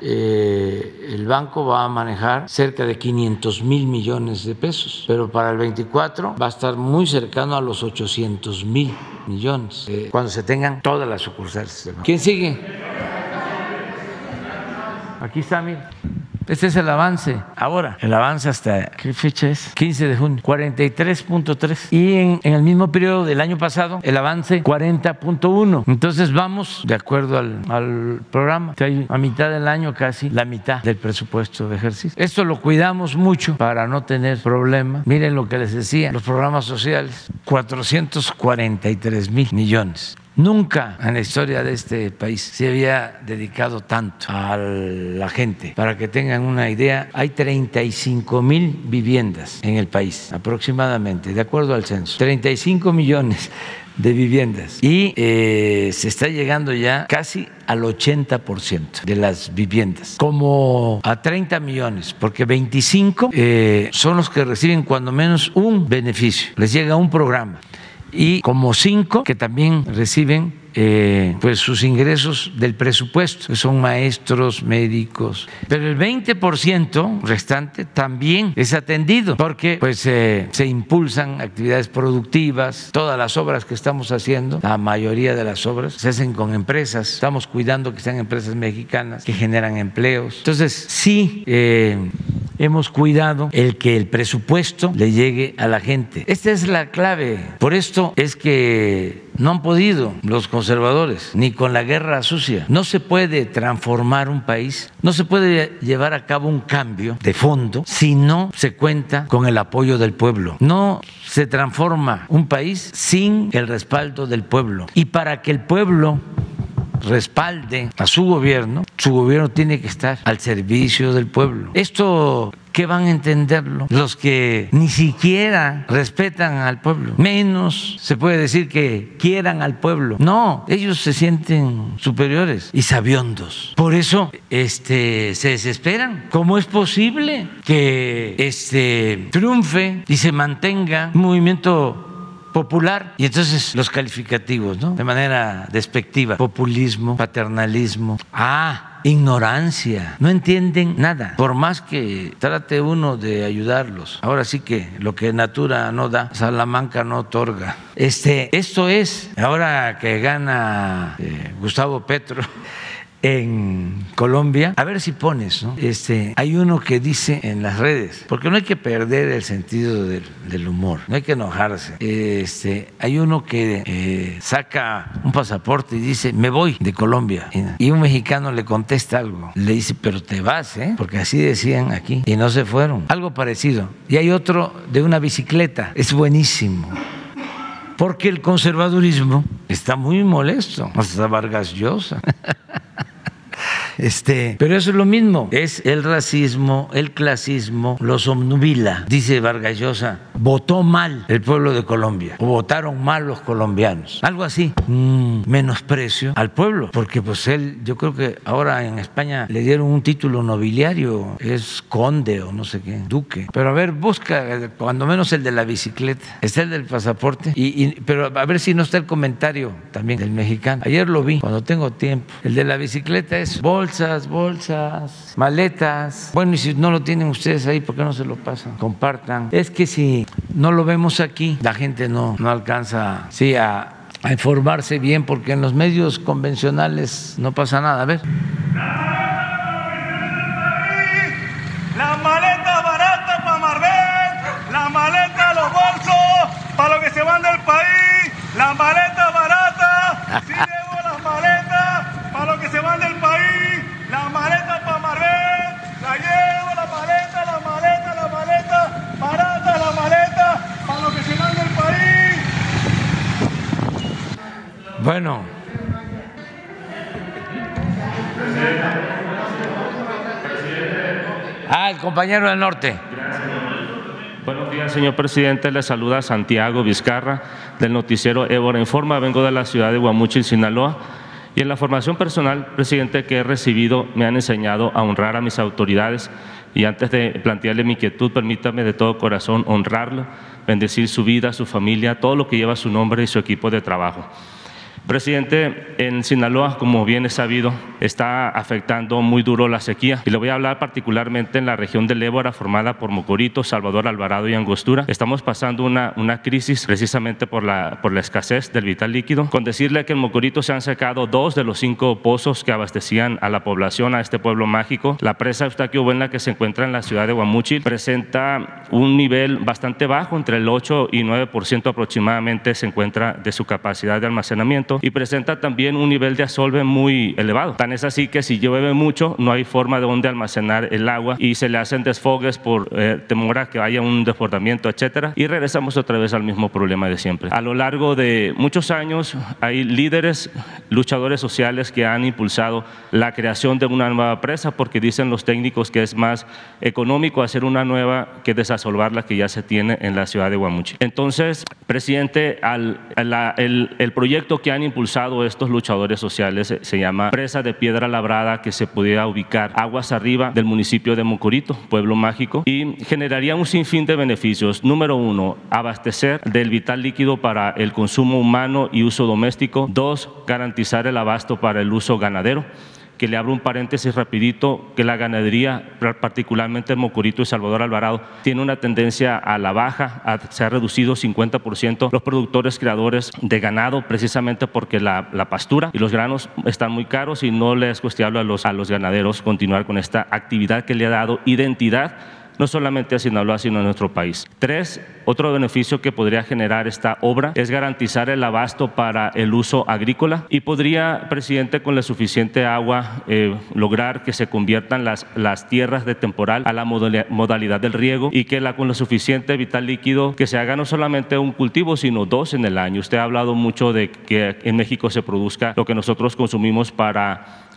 eh, el banco va a manejar cerca de quinientos mil millones de pesos, pero para el veinticuatro va a estar muy cercano a los ochocientos mil millones eh, cuando se tengan todas las sucursales. ¿Quién sigue? Aquí está, mira. Este es el avance. Ahora, el avance hasta, ¿qué fecha es? quince de junio, cuarenta y tres punto tres. Y en, en el mismo periodo del año pasado, el avance cuarenta punto uno. Entonces vamos de acuerdo al, al programa. Hay a mitad del año casi la mitad del presupuesto de ejercicio. Esto lo cuidamos mucho para no tener problemas. Miren lo que les decía, los programas sociales, cuatrocientos cuarenta y tres mil millones. Nunca en la historia de este país se había dedicado tanto a la gente. Para que tengan una idea, hay treinta y cinco mil viviendas en el país, aproximadamente, de acuerdo al censo. treinta y cinco millones de viviendas. Y eh, se está llegando ya casi al ochenta por ciento de las viviendas, como a treinta millones, porque veinticinco eh, son los que reciben cuando menos un beneficio, les llega un programa. Y como cinco que también reciben eh, pues sus ingresos del presupuesto, que son maestros, médicos. Pero el veinte por ciento restante también es atendido, porque pues eh, se impulsan actividades productivas. Todas las obras que estamos haciendo, la mayoría de las obras se hacen con empresas. Estamos cuidando que sean empresas mexicanas que generan empleos. Entonces sí eh, hemos cuidado el que el presupuesto le llegue a la gente. Esta es la clave. Por esto es que no han podido los conservadores, ni con la guerra sucia. No se puede transformar un país, no se puede llevar a cabo un cambio de fondo si no se cuenta con el apoyo del pueblo. No se transforma un país sin el respaldo del pueblo. Y para que el pueblo respalde a su gobierno, su gobierno tiene que estar al servicio del pueblo. Esto, ¿qué van a entenderlo? Los que ni siquiera respetan al pueblo, menos se puede decir que quieran al pueblo. No, ellos se sienten superiores y sabiondos. Por eso este, se desesperan. ¿Cómo es posible que este, triunfe y se mantenga un movimiento popular. Y entonces los calificativos, ¿no? De manera despectiva, populismo, paternalismo, ah, ignorancia, no entienden nada, por más que trate uno de ayudarlos. Ahora sí que lo que natura no da, Salamanca no otorga. Este, esto es, ahora que gana eh, Gustavo Petro en Colombia, a ver si pones, ¿no? Este, hay uno que dice en las redes, porque no hay que perder el sentido del, del humor, no hay que enojarse. Este, hay uno que eh, saca un pasaporte y dice, me voy de Colombia. Y un mexicano le contesta algo, le dice, pero te vas, ¿eh? Porque así decían aquí, y no se fueron. Algo parecido. Y hay otro de una bicicleta, es buenísimo. Porque el conservadurismo está muy molesto, hasta Vargas Llosa. Este, pero eso es lo mismo, es el racismo, el clasismo, los obnubila. Dice Vargas Llosa, votó mal el pueblo de Colombia, o votaron mal los colombianos, algo así, mm, menosprecio al pueblo, porque pues él, yo creo que ahora en España le dieron un título nobiliario, es conde o no sé qué, duque. Pero a ver, busca, cuando menos el de la bicicleta, está el del pasaporte, y, y, pero a ver si no está el comentario también del mexicano. Ayer lo vi, cuando tengo tiempo. El de la bicicleta es bolsa, Bolsas, bolsas, maletas. Bueno, y si no lo tienen ustedes ahí, ¿por qué no se lo pasan? Compartan. Es que si no lo vemos aquí, la gente no, no alcanza, sí, a, a informarse bien, porque en los medios convencionales no pasa nada. A ver. La maleta barata para Marbet, la maleta los bolsos para los que se van del país, la maleta barata, si llevo las maletas para los que se van del país. La maleta para Marbet, la llevo, la maleta, la maleta, la maleta, barata la maleta, para los que se van del país. Bueno. Ah, el compañero del norte. Buenos días, señor presidente. Le saluda Santiago Vizcarra del noticiero Évora Informa. Vengo de la ciudad de Guamúchil, Sinaloa. Y en la formación personal, presidente, que he recibido, me han enseñado a honrar a mis autoridades. Y antes de plantearle mi inquietud, permítame de todo corazón honrarlo, bendecir su vida, su familia, todo lo que lleva su nombre y su equipo de trabajo. Presidente, en Sinaloa, como bien es sabido, está afectando muy duro la sequía, y le voy a hablar particularmente en la región del Évora, formada por Mocorito, Salvador Alvarado y Angostura. Estamos pasando una, una crisis precisamente por la, por la escasez del vital líquido. Con decirle que en Mocorito se han secado dos de los cinco pozos que abastecían a la población, a este pueblo mágico. La presa Eustaquio Buena, que se encuentra en la ciudad de Guamúchil, presenta un nivel bastante bajo, entre el ocho y nueve por ciento aproximadamente se encuentra de su capacidad de almacenamiento, y presenta también un nivel de asolve muy elevado. Tan es así que si llueve mucho no hay forma de donde almacenar el agua y se le hacen desfogues por eh, temor a que haya un desbordamiento, etcétera, y regresamos otra vez al mismo problema de siempre. A lo largo de muchos años hay líderes, luchadores sociales que han impulsado la creación de una nueva presa, porque dicen los técnicos que es más económico hacer una nueva que desasolvar la que ya se tiene en la ciudad de Guamúchil. Entonces, presidente, al, la, el, el proyecto que han impulsado estos luchadores sociales se, se llama Presa de Piedra Labrada, que se pudiera ubicar aguas arriba del municipio de Mocorito, pueblo mágico, y generaría un sinfín de beneficios. Número uno, abastecer del vital líquido para el consumo humano y uso doméstico. Dos, garantizar el abasto para el uso ganadero. Que le abro un paréntesis rapidito, que la ganadería, particularmente en Mocorito y Salvador Alvarado, tiene una tendencia a la baja, a, se ha reducido cincuenta por ciento los productores creadores de ganado, precisamente porque la, la pastura y los granos están muy caros y no les es cuestionable a los, a los ganaderos continuar con esta actividad que le ha dado identidad no solamente a Sinaloa, sino a nuestro país. Tres, otro beneficio que podría generar esta obra es garantizar el abasto para el uso agrícola y podría, presidente, con la suficiente agua, eh, lograr que se conviertan las, las tierras de temporal a la modalidad del riego y que la, con lo suficiente vital líquido que se haga no solamente un cultivo, sino dos en el año. Usted ha hablado mucho de que en México se produzca lo que nosotros consumimos para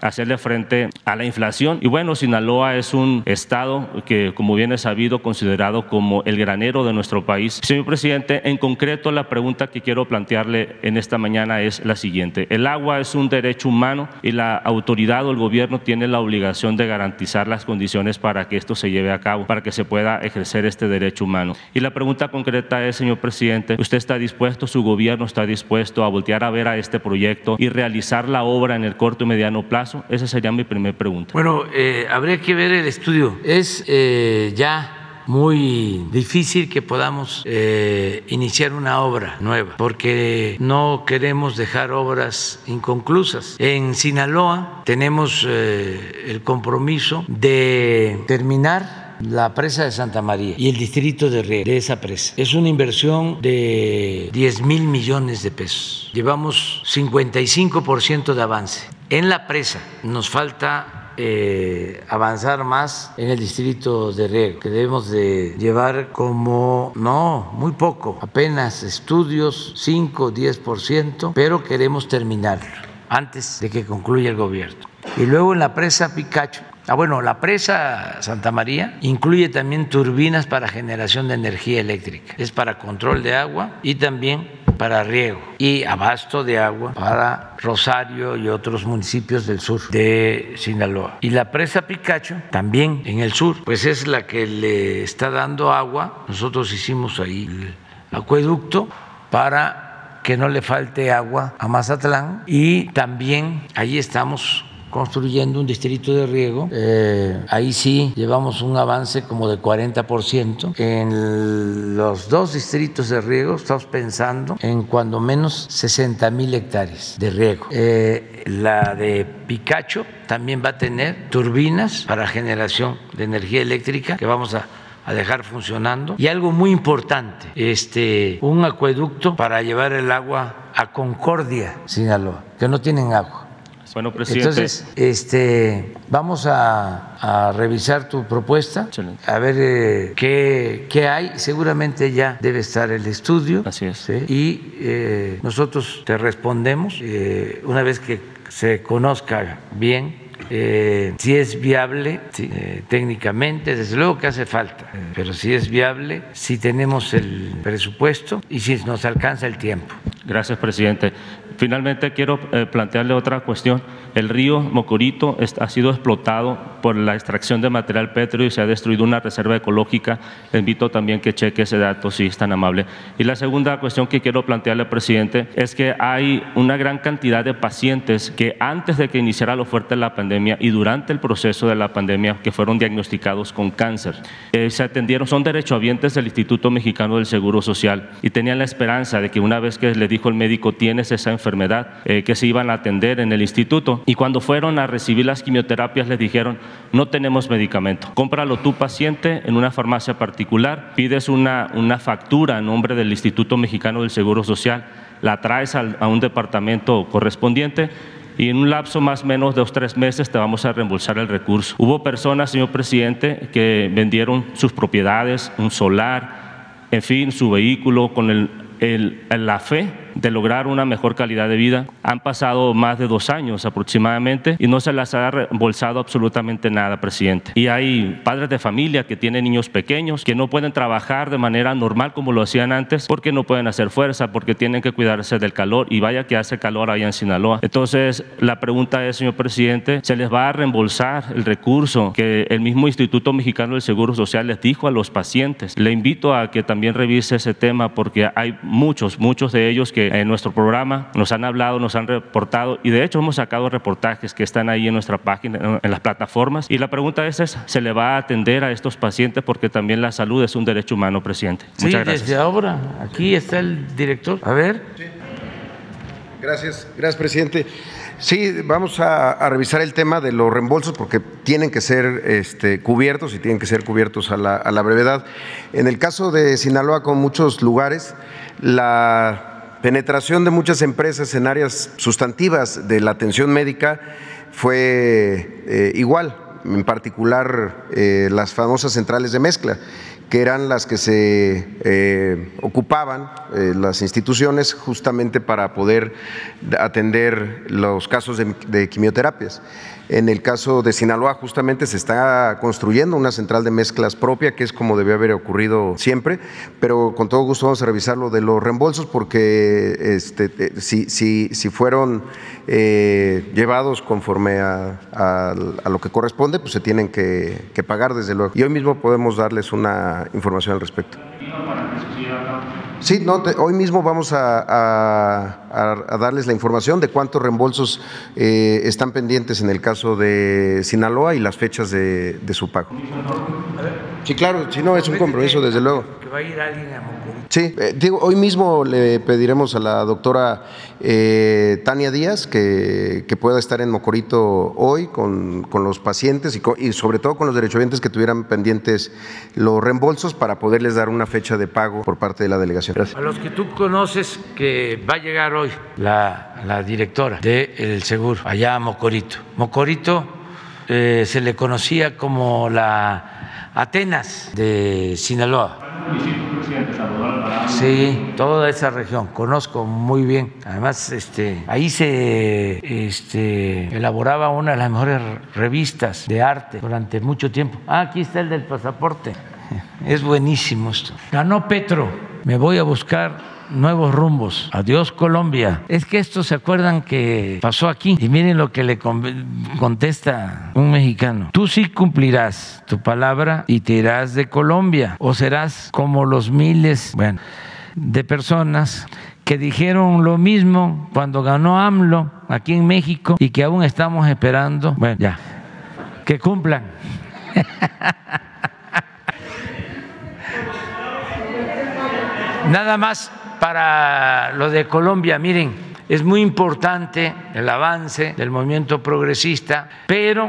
hacerle frente a la inflación. Y bueno, Sinaloa es un estado que, como bien es sabido, considerado como el granero de nuestro país. Señor presidente, en concreto la pregunta que quiero plantearle en esta mañana es la siguiente. El agua es un derecho humano y la autoridad o el gobierno tiene la obligación de garantizar las condiciones para que esto se lleve a cabo, para que se pueda ejercer este derecho humano. Y la pregunta concreta es, señor presidente, ¿usted está dispuesto, su gobierno está dispuesto a voltear a ver a este proyecto y realizar la obra en el corto y mediano plazo? Esa sería mi primera pregunta. Bueno, eh, habría que ver el estudio. Es eh, ya muy difícil que podamos eh, iniciar una obra nueva, porque no queremos dejar obras inconclusas. En Sinaloa tenemos eh, el compromiso de terminar la presa de Santa María y el distrito de riego de esa presa. Es una inversión de diez mil millones de pesos. Llevamos cincuenta y cinco por ciento de avance. En la presa nos falta Eh, avanzar más en el distrito de riego, que debemos de llevar como, no, muy poco, apenas estudios, cinco, diez por ciento, pero queremos terminarlo antes de que concluya el gobierno. Y luego en la presa Picacho, ah bueno, la presa Santa María incluye también turbinas para generación de energía eléctrica, es para control de agua y también para riego y abasto de agua para Rosario y otros municipios del sur de Sinaloa. Y la presa Picacho también en el sur, pues es la que le está dando agua. Nosotros hicimos ahí el acueducto para que no le falte agua a Mazatlán y también ahí estamos construyendo un distrito de riego. Eh, ahí sí llevamos un avance como de cuarenta por ciento. En los dos distritos de riego estamos pensando en cuando menos sesenta mil hectáreas de riego. Eh, la de Picacho también va a tener turbinas para generación de energía eléctrica que vamos a a dejar funcionando. Y algo muy importante, este, un acueducto para llevar el agua a Concordia, Sinaloa, que no tienen agua. Bueno, presidente. Entonces, este, vamos a, a revisar tu propuesta, excelente, a ver eh, qué, qué hay. Seguramente ya debe estar el estudio. Así es. ¿sí? Y eh, nosotros te respondemos eh, una vez que se conozca bien Eh, si es viable, sí, eh, técnicamente, desde luego que hace falta, eh, pero si es viable, si tenemos el presupuesto y si nos alcanza el tiempo. Gracias, presidente. Finalmente quiero eh, plantearle otra cuestión. El río Mocorito es, ha sido explotado por la extracción de material pétreo y se ha destruido una reserva ecológica. Le invito también que cheque ese dato si es tan amable. Y la segunda cuestión que quiero plantearle, presidente, es que hay una gran cantidad de pacientes que antes de que iniciara lo fuerte de la pandemia y durante el proceso de la pandemia que fueron diagnosticados con cáncer, eh, se atendieron, son derechohabientes del Instituto Mexicano del Seguro Social y tenían la esperanza de que una vez que le dijo el médico tienes esa enfermedad, eh, que se iban a atender en el instituto. Y cuando fueron a recibir las quimioterapias les dijeron no tenemos medicamento, cómpralo tú paciente en una farmacia particular, pides una, una factura a nombre del Instituto Mexicano del Seguro Social, la traes al, a un departamento correspondiente y en un lapso más o menos de dos tres meses te vamos a reembolsar el recurso. Hubo personas, señor presidente, que vendieron sus propiedades, un solar, en fin, su vehículo con el, el, la fe de lograr una mejor calidad de vida. Han pasado más de dos años aproximadamente y no se les ha reembolsado absolutamente nada, presidente. Y hay padres de familia que tienen niños pequeños que no pueden trabajar de manera normal como lo hacían antes porque no pueden hacer fuerza, porque tienen que cuidarse del calor y vaya que hace calor allá en Sinaloa. Entonces, la pregunta es, señor presidente, ¿se les va a reembolsar el recurso que el mismo Instituto Mexicano del Seguro Social les dijo a los pacientes? Le invito a que también revise ese tema porque hay muchos, muchos de ellos que en nuestro programa nos han hablado, nos han reportado y de hecho hemos sacado reportajes que están ahí en nuestra página, en las plataformas. Y la pregunta es, es ¿se le va a atender a estos pacientes? Porque también la salud es un derecho humano, presidente. Sí, muchas gracias. Desde ahora, aquí está el director. A ver. Sí. Gracias, gracias, presidente. Sí, vamos a, a revisar el tema de los reembolsos porque tienen que ser este, cubiertos y tienen que ser cubiertos a la, a la brevedad. En el caso de Sinaloa, con muchos lugares, la penetración de muchas empresas en áreas sustantivas de la atención médica fue eh, igual. en particular eh, las famosas centrales de mezcla, que eran las que se eh, ocupaban eh, las instituciones justamente para poder atender los casos de, de quimioterapias. En el caso de Sinaloa justamente se está construyendo una central de mezclas propia, que es como debió haber ocurrido siempre, pero con todo gusto vamos a revisar lo de los reembolsos, porque este, eh, si, si, si fueron eh, llevados conforme a, a, a lo que corresponde, pues se tienen que, que pagar desde luego. Y hoy mismo podemos darles una información al respecto. Sí, no, te, hoy mismo vamos a, a, a darles la información de cuántos reembolsos eh, están pendientes en el caso de Sinaloa y las fechas de, de su pago. Sí, claro, si no, es un compromiso, desde luego. Que va a ir alguien a Mocorito. Sí, eh, digo, hoy mismo le pediremos a la doctora eh, Tania Díaz que, que pueda estar en Mocorito hoy con, con los pacientes y, con, y sobre todo con los derechohabientes que tuvieran pendientes los reembolsos para poderles dar una fecha de pago por parte de la delegación. Gracias. A los que tú conoces, que va a llegar hoy la, la directora del seguro allá a Mocorito. Mocorito eh, se le conocía como la Atenas de Sinaloa. Sí, toda esa región, conozco muy bien. Además, este, ahí se este, elaboraba una de las mejores revistas de arte durante mucho tiempo. Ah, aquí está el del pasaporte. Es buenísimo esto. Ganó Petro. Me voy a buscar nuevos rumbos. Adiós, Colombia. Es que esto se acuerdan que pasó aquí. Y miren lo que le contesta un mexicano. Tú sí cumplirás tu palabra y te irás de Colombia. O serás como los miles, bueno, de personas que dijeron lo mismo cuando ganó AMLO aquí en México y que aún estamos esperando. Bueno, ya. Que cumplan. Nada más para lo de Colombia, miren, es muy importante el avance del movimiento progresista, pero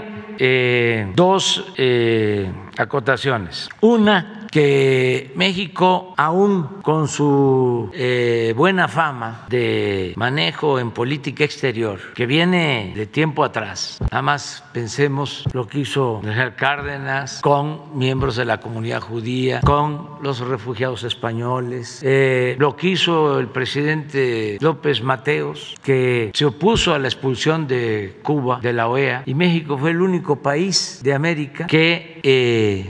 eh, dos eh, acotaciones. Una, que México, aún con su eh, buena fama de manejo en política exterior, que viene de tiempo atrás, nada más pensemos lo que hizo Miguel Cárdenas con miembros de la comunidad judía, con los refugiados españoles, eh, lo que hizo el presidente López Mateos, que se opuso a la expulsión de Cuba de la O E A, y México fue el único país de América que eh,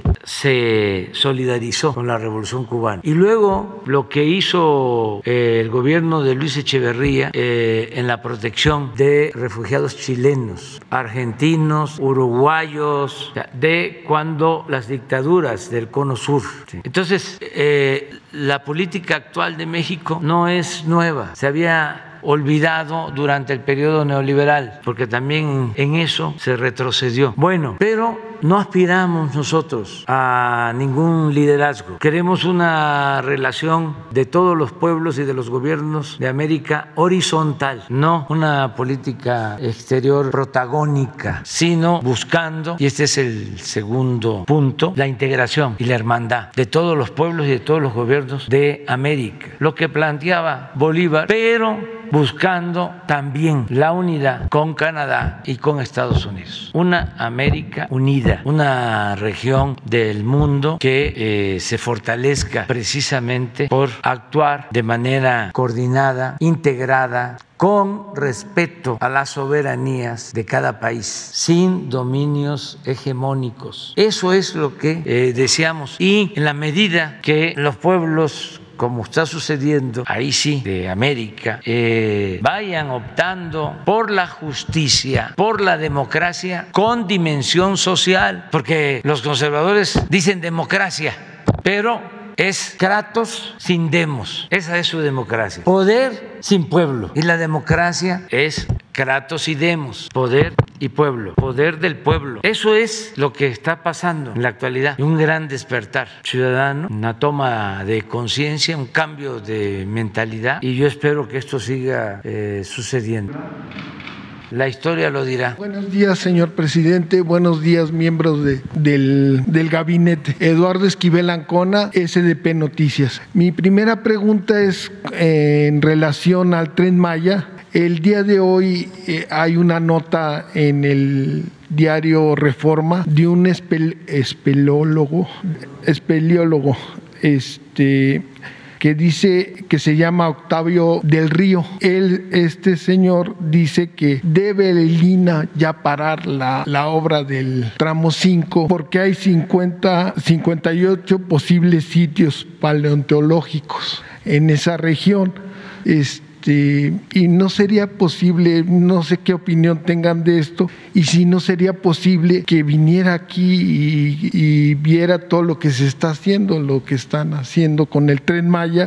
se solidarizó con la Revolución Cubana. Y luego lo que hizo eh, el gobierno de Luis Echeverría eh, en la protección de refugiados chilenos, argentinos, uruguayos, de cuando las dictaduras del Cono Sur. Entonces, eh, la política actual de México no es nueva, se había olvidado durante el periodo neoliberal, porque también en eso se retrocedió. Bueno, pero no aspiramos nosotros a ningún liderazgo. Queremos una relación de todos los pueblos y de los gobiernos de América horizontal, no una política exterior protagónica, sino buscando, y este es el segundo punto, la integración y la hermandad de todos los pueblos y de todos los gobiernos de América. Lo que planteaba Bolívar, pero buscando también la unidad con Canadá y con Estados Unidos. Una América unida, una región del mundo que eh, se fortalezca precisamente por actuar de manera coordinada, integrada, con respeto a las soberanías de cada país, sin dominios hegemónicos. Eso es lo que eh, deseamos. Y en la medida que los pueblos, como está sucediendo ahí sí, de América, eh, vayan optando por la justicia, por la democracia con dimensión social, porque los conservadores dicen democracia, pero es kratos sin demos, esa es su democracia. Poder sin pueblo, y la democracia es kratos y demos, poder y pueblo, poder del pueblo. Eso es lo que está pasando en la actualidad, un gran despertar ciudadano, una toma de conciencia, un cambio de mentalidad, y yo espero que esto siga eh, sucediendo. La historia lo dirá. Buenos días, señor presidente. Buenos días, miembros de, del, del gabinete. Eduardo Esquivel Ancona, S D P Noticias. Mi primera pregunta es eh, en relación al Tren Maya. El día de hoy eh, hay una nota en el diario Reforma de un espel, espeleólogo, espeleólogo este, que dice que se llama Octavio del Río. Él, este señor, dice que debe el I N A ya parar la, la obra del tramo cinco porque hay cincuenta, cincuenta y ocho posibles sitios paleontológicos en esa región. Este, y no sería posible, no sé qué opinión tengan de esto, y si no sería posible que viniera aquí y, y viera todo lo que se está haciendo, lo que están haciendo con el Tren Maya,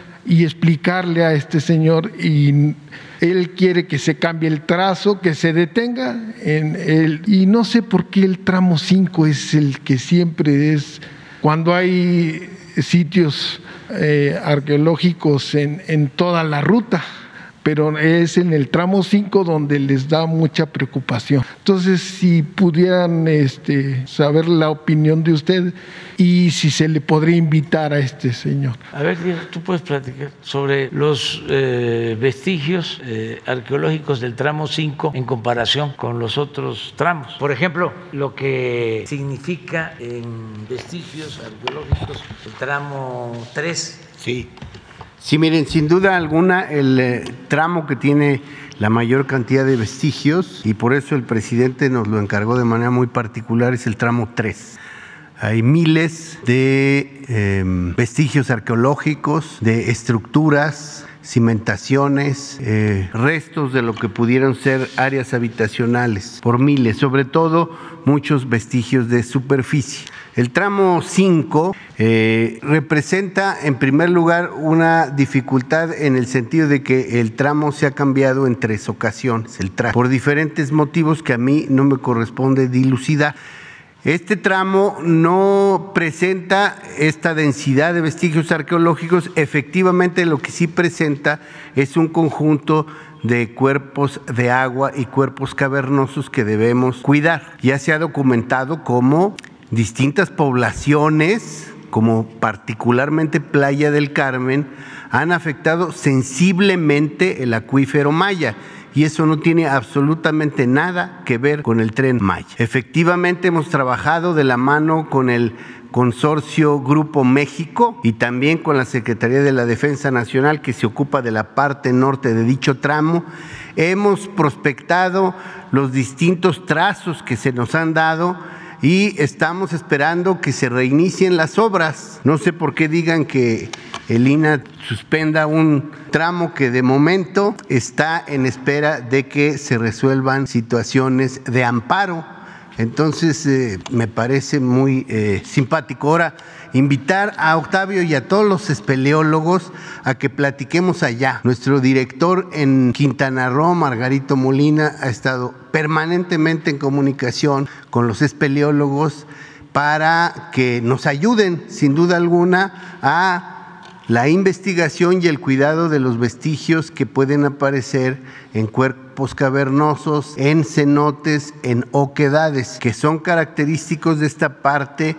y explicarle a este señor, y él quiere que se cambie el trazo, que se detenga en el, y no sé por qué el tramo cinco es el que siempre es, cuando hay sitios eh, arqueológicos en, en toda la ruta, pero es en el tramo cinco donde les da mucha preocupación. Entonces, si pudieran este, saber la opinión de usted y si se le podría invitar a este señor. A ver, Diego, tú puedes platicar sobre los eh, vestigios eh, arqueológicos del tramo cinco en comparación con los otros tramos. Por ejemplo, lo que significa en vestigios arqueológicos el tramo tres. Sí. Sí, miren, sin duda alguna el eh, tramo que tiene la mayor cantidad de vestigios, y por eso el presidente nos lo encargó de manera muy particular, es el tramo tres. Hay miles de eh, vestigios arqueológicos, de estructuras, cimentaciones, eh, restos de lo que pudieron ser áreas habitacionales, por miles, sobre todo muchos vestigios de superficie. El tramo cinco eh, representa en primer lugar una dificultad en el sentido de que el tramo se ha cambiado en tres ocasiones, el tramo, por diferentes motivos que a mí no me corresponde dilucidar. Este tramo no presenta esta densidad de vestigios arqueológicos, efectivamente lo que sí presenta es un conjunto de cuerpos de agua y cuerpos cavernosos que debemos cuidar. Ya se ha documentado cómo distintas poblaciones, como particularmente Playa del Carmen, han afectado sensiblemente el acuífero Maya, y eso no tiene absolutamente nada que ver con el Tren Maya. Efectivamente hemos trabajado de la mano con el Consorcio Grupo México y también con la Secretaría de la Defensa Nacional, que se ocupa de la parte norte de dicho tramo. Hemos prospectado los distintos trazos que se nos han dado y estamos esperando que se reinicien las obras. No sé por qué digan que el I N A suspenda un tramo que de momento está en espera de que se resuelvan situaciones de amparo. Entonces, eh, me parece muy eh, simpático. Ahora, invitar a Octavio y a todos los espeleólogos a que platiquemos allá. Nuestro director en Quintana Roo, Margarito Molina, ha estado permanentemente en comunicación con los espeleólogos para que nos ayuden, sin duda alguna, a la investigación y el cuidado de los vestigios que pueden aparecer en cuerpos cavernosos, en cenotes, en oquedades, que son característicos de esta parte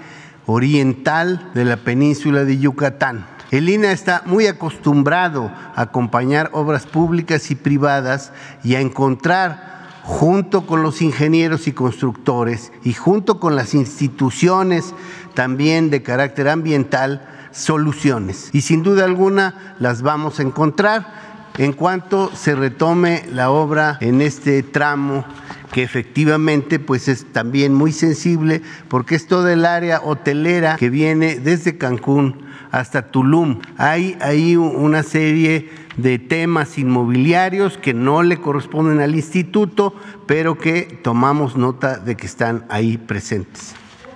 oriental de la península de Yucatán. El I N A está muy acostumbrado a acompañar obras públicas y privadas y a encontrar, junto con los ingenieros y constructores y junto con las instituciones también de carácter ambiental, soluciones. Y sin duda alguna las vamos a encontrar en cuanto se retome la obra en este tramo, que efectivamente pues es también muy sensible porque es toda el área hotelera que viene desde Cancún hasta Tulum. Hay ahí una serie de temas inmobiliarios que no le corresponden al instituto, pero que tomamos nota de que están ahí presentes.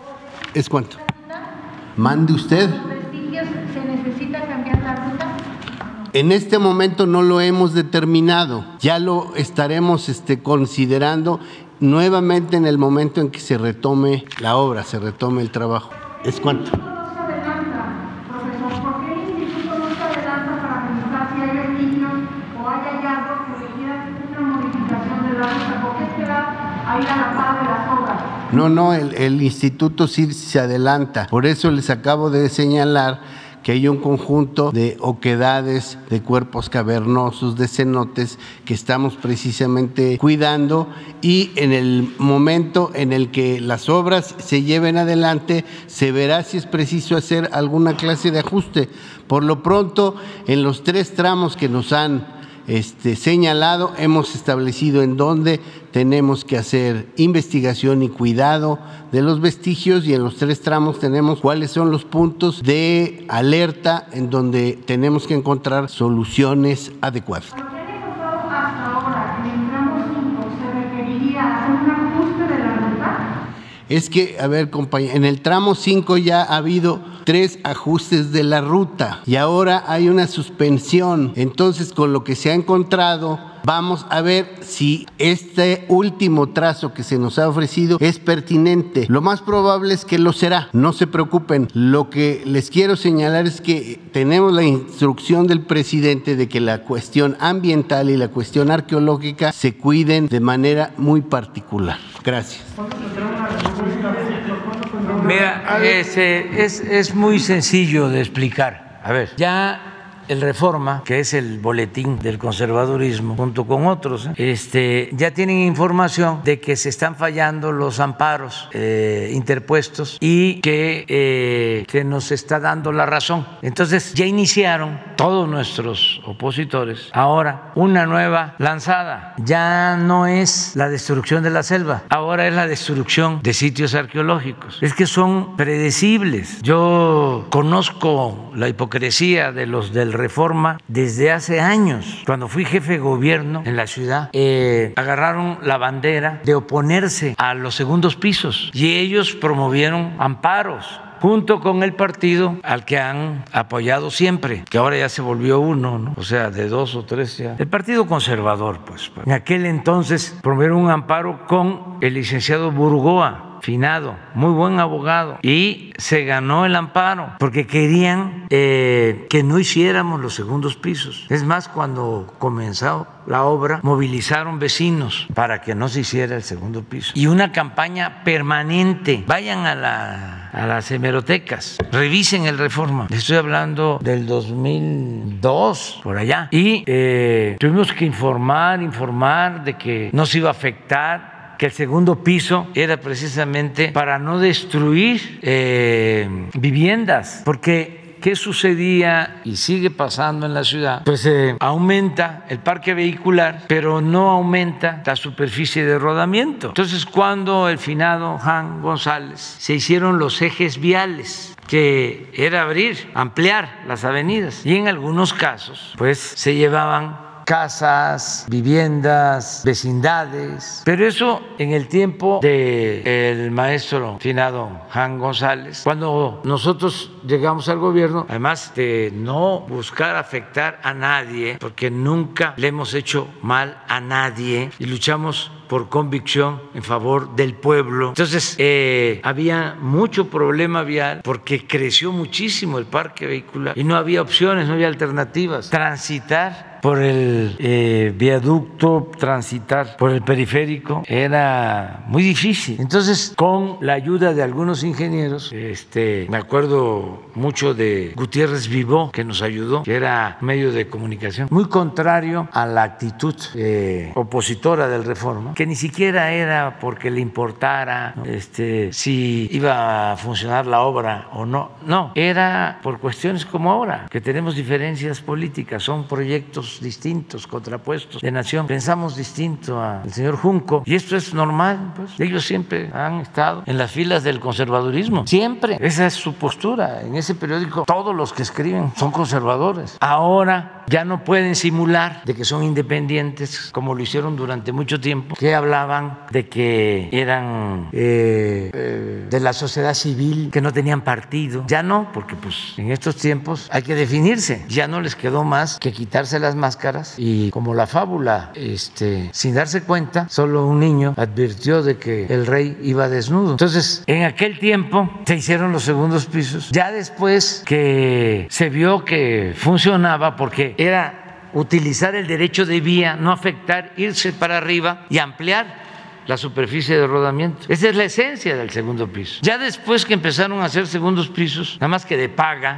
¿Es cuánto? Mande usted. ¿Se necesita cambiar la ruta? En este momento no lo hemos determinado, ya lo estaremos este, considerando nuevamente en el momento en que se retome la obra, se retome el trabajo. ¿Es cuánto? No, no, el, el instituto sí se adelanta. Por eso les acabo de señalar que hay un conjunto de oquedades, de cuerpos cavernosos, de cenotes que estamos precisamente cuidando, y en el momento en el que las obras se lleven adelante se verá si es preciso hacer alguna clase de ajuste. Por lo pronto, en los tres tramos que nos han Este, señalado, hemos establecido en dónde tenemos que hacer investigación y cuidado de los vestigios, y en los tres tramos tenemos cuáles son los puntos de alerta en donde tenemos que encontrar soluciones adecuadas. Es que, a ver, compañero, en el tramo cinco ya ha habido tres ajustes de la ruta y ahora hay una suspensión. Entonces, con lo que se ha encontrado, vamos a ver si este último trazo que se nos ha ofrecido es pertinente. Lo más probable es que lo será, no se preocupen. Lo que les quiero señalar es que tenemos la instrucción del presidente de que la cuestión ambiental y la cuestión arqueológica se cuiden de manera muy particular. Gracias. Mira, es, es, es muy sencillo de explicar. A ver, ya el Reforma, que es el boletín del conservadurismo, junto con otros, ¿eh? este, ya tienen información de que se están fallando los amparos eh, interpuestos y que eh, se nos está dando la razón. Entonces ya iniciaron todos nuestros opositores ahora una nueva lanzada. Ya no es la destrucción de la selva, ahora es la destrucción de sitios arqueológicos. Es que son predecibles. Yo conozco la hipocresía de los del Reforma desde hace años. Cuando fui jefe de gobierno en la ciudad, eh, agarraron la bandera de oponerse a los segundos pisos y ellos promovieron amparos junto con el partido al que han apoyado siempre, que ahora ya se volvió uno, ¿no? O sea, de dos o tres ya. El Partido Conservador, pues. En aquel entonces promovieron un amparo con el licenciado Burgoa, finado, muy buen abogado, y se ganó el amparo porque querían eh, que no hiciéramos los segundos pisos. Es más, cuando comenzó la obra, movilizaron vecinos para que no se hiciera el segundo piso. Y una campaña permanente. Vayan a, la, a las hemerotecas, revisen el Reforma. Estoy hablando del dos mil dos, por allá. Y eh, tuvimos que informar, informar de que no se iba a afectar, que el segundo piso era precisamente para no destruir eh, viviendas, porque ¿qué sucedía y sigue pasando en la ciudad? Pues eh, aumenta el parque vehicular, pero no aumenta la superficie de rodamiento. Entonces, cuando el finado Jan González se hicieron los ejes viales, que era abrir, ampliar las avenidas, y en algunos casos, pues se llevaban casas, viviendas, vecindades, pero eso en el tiempo del maestro finado Jan González, cuando nosotros llegamos al gobierno, además de no buscar afectar a nadie, porque nunca le hemos hecho mal a nadie y luchamos por convicción en favor del pueblo. Entonces, eh, había mucho problema vial porque creció muchísimo el parque vehicular y no había opciones, no había alternativas. Transitar por el eh, viaducto, transitar por el periférico era muy difícil. Entonces, con la ayuda de algunos ingenieros, este, me acuerdo mucho de Gutiérrez Vivó, que nos ayudó, que era medio de comunicación, muy contrario a la actitud eh, opositora del Reforma, que ni siquiera era porque le importara, ¿no? este, si iba a funcionar la obra o no. No, era por cuestiones como ahora, que tenemos diferencias políticas, son proyectos distintos, contrapuestos de nación. Pensamos distinto al señor Junco y esto es normal, pues. Ellos siempre han estado en las filas del conservadurismo, siempre. Esa es su postura. En ese periódico todos los que escriben son conservadores. Ahora ya no pueden simular de que son independientes como lo hicieron durante mucho tiempo, que hablaban de que eran eh, eh, de la sociedad civil, que no tenían partido. Ya no, porque pues en estos tiempos hay que definirse. Ya no les quedó más que quitarse las máscaras y, como la fábula, este, sin darse cuenta, solo un niño advirtió de que el rey iba desnudo. Entonces, en aquel tiempo se hicieron los segundos pisos. Ya después que se vio que funcionaba, porque era utilizar el derecho de vía, no afectar, irse para arriba y ampliar la superficie de rodamiento. Esa es la esencia del segundo piso. Ya después que empezaron a hacer segundos pisos, nada más que de paga,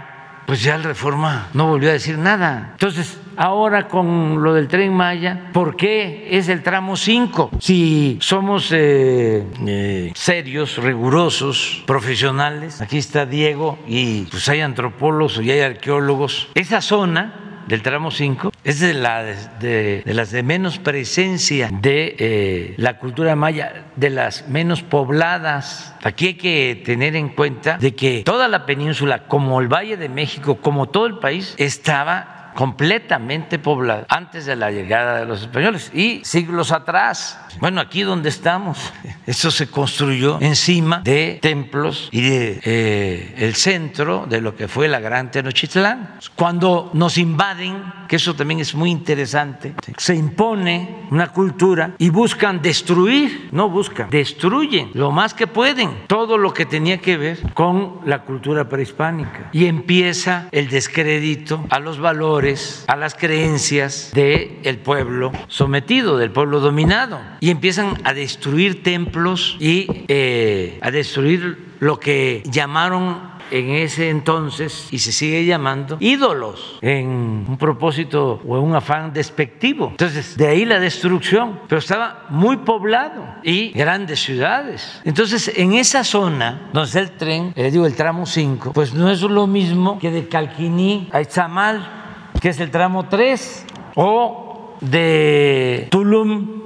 pues ya la Reforma no volvió a decir nada. Entonces, ahora con lo del Tren Maya, ¿por qué es el tramo cinco? Si somos eh, eh, serios, rigurosos, profesionales, aquí está Diego y pues hay antropólogos y hay arqueólogos, esa zona del tramo cinco es de, la, de, de las de menos presencia de eh, la cultura maya, de las menos pobladas. Aquí hay que tener en cuenta de que toda la península, como el Valle de México, como todo el país, estaba completamente poblada antes de la llegada de los españoles y siglos atrás. Bueno, aquí donde estamos, esto se construyó encima de templos y de eh, el centro de lo que fue la Gran Tenochtitlán. Cuando nos invaden, que eso también es muy interesante, se impone una cultura y buscan destruir, no buscan, destruyen lo más que pueden todo lo que tenía que ver con la cultura prehispánica y empieza el descrédito a los valores, a las creencias del pueblo sometido, del pueblo dominado, y empiezan a destruir templos y eh, a destruir lo que llamaron en ese entonces, y se sigue llamando, ídolos, en un propósito o en un afán despectivo. Entonces, de ahí la destrucción, pero estaba muy poblado y grandes ciudades. Entonces, en esa zona donde está el tren, eh, digo el tramo cinco, pues no es lo mismo que de Calquiní a Izamal, que es el tramo tres, o de Tulum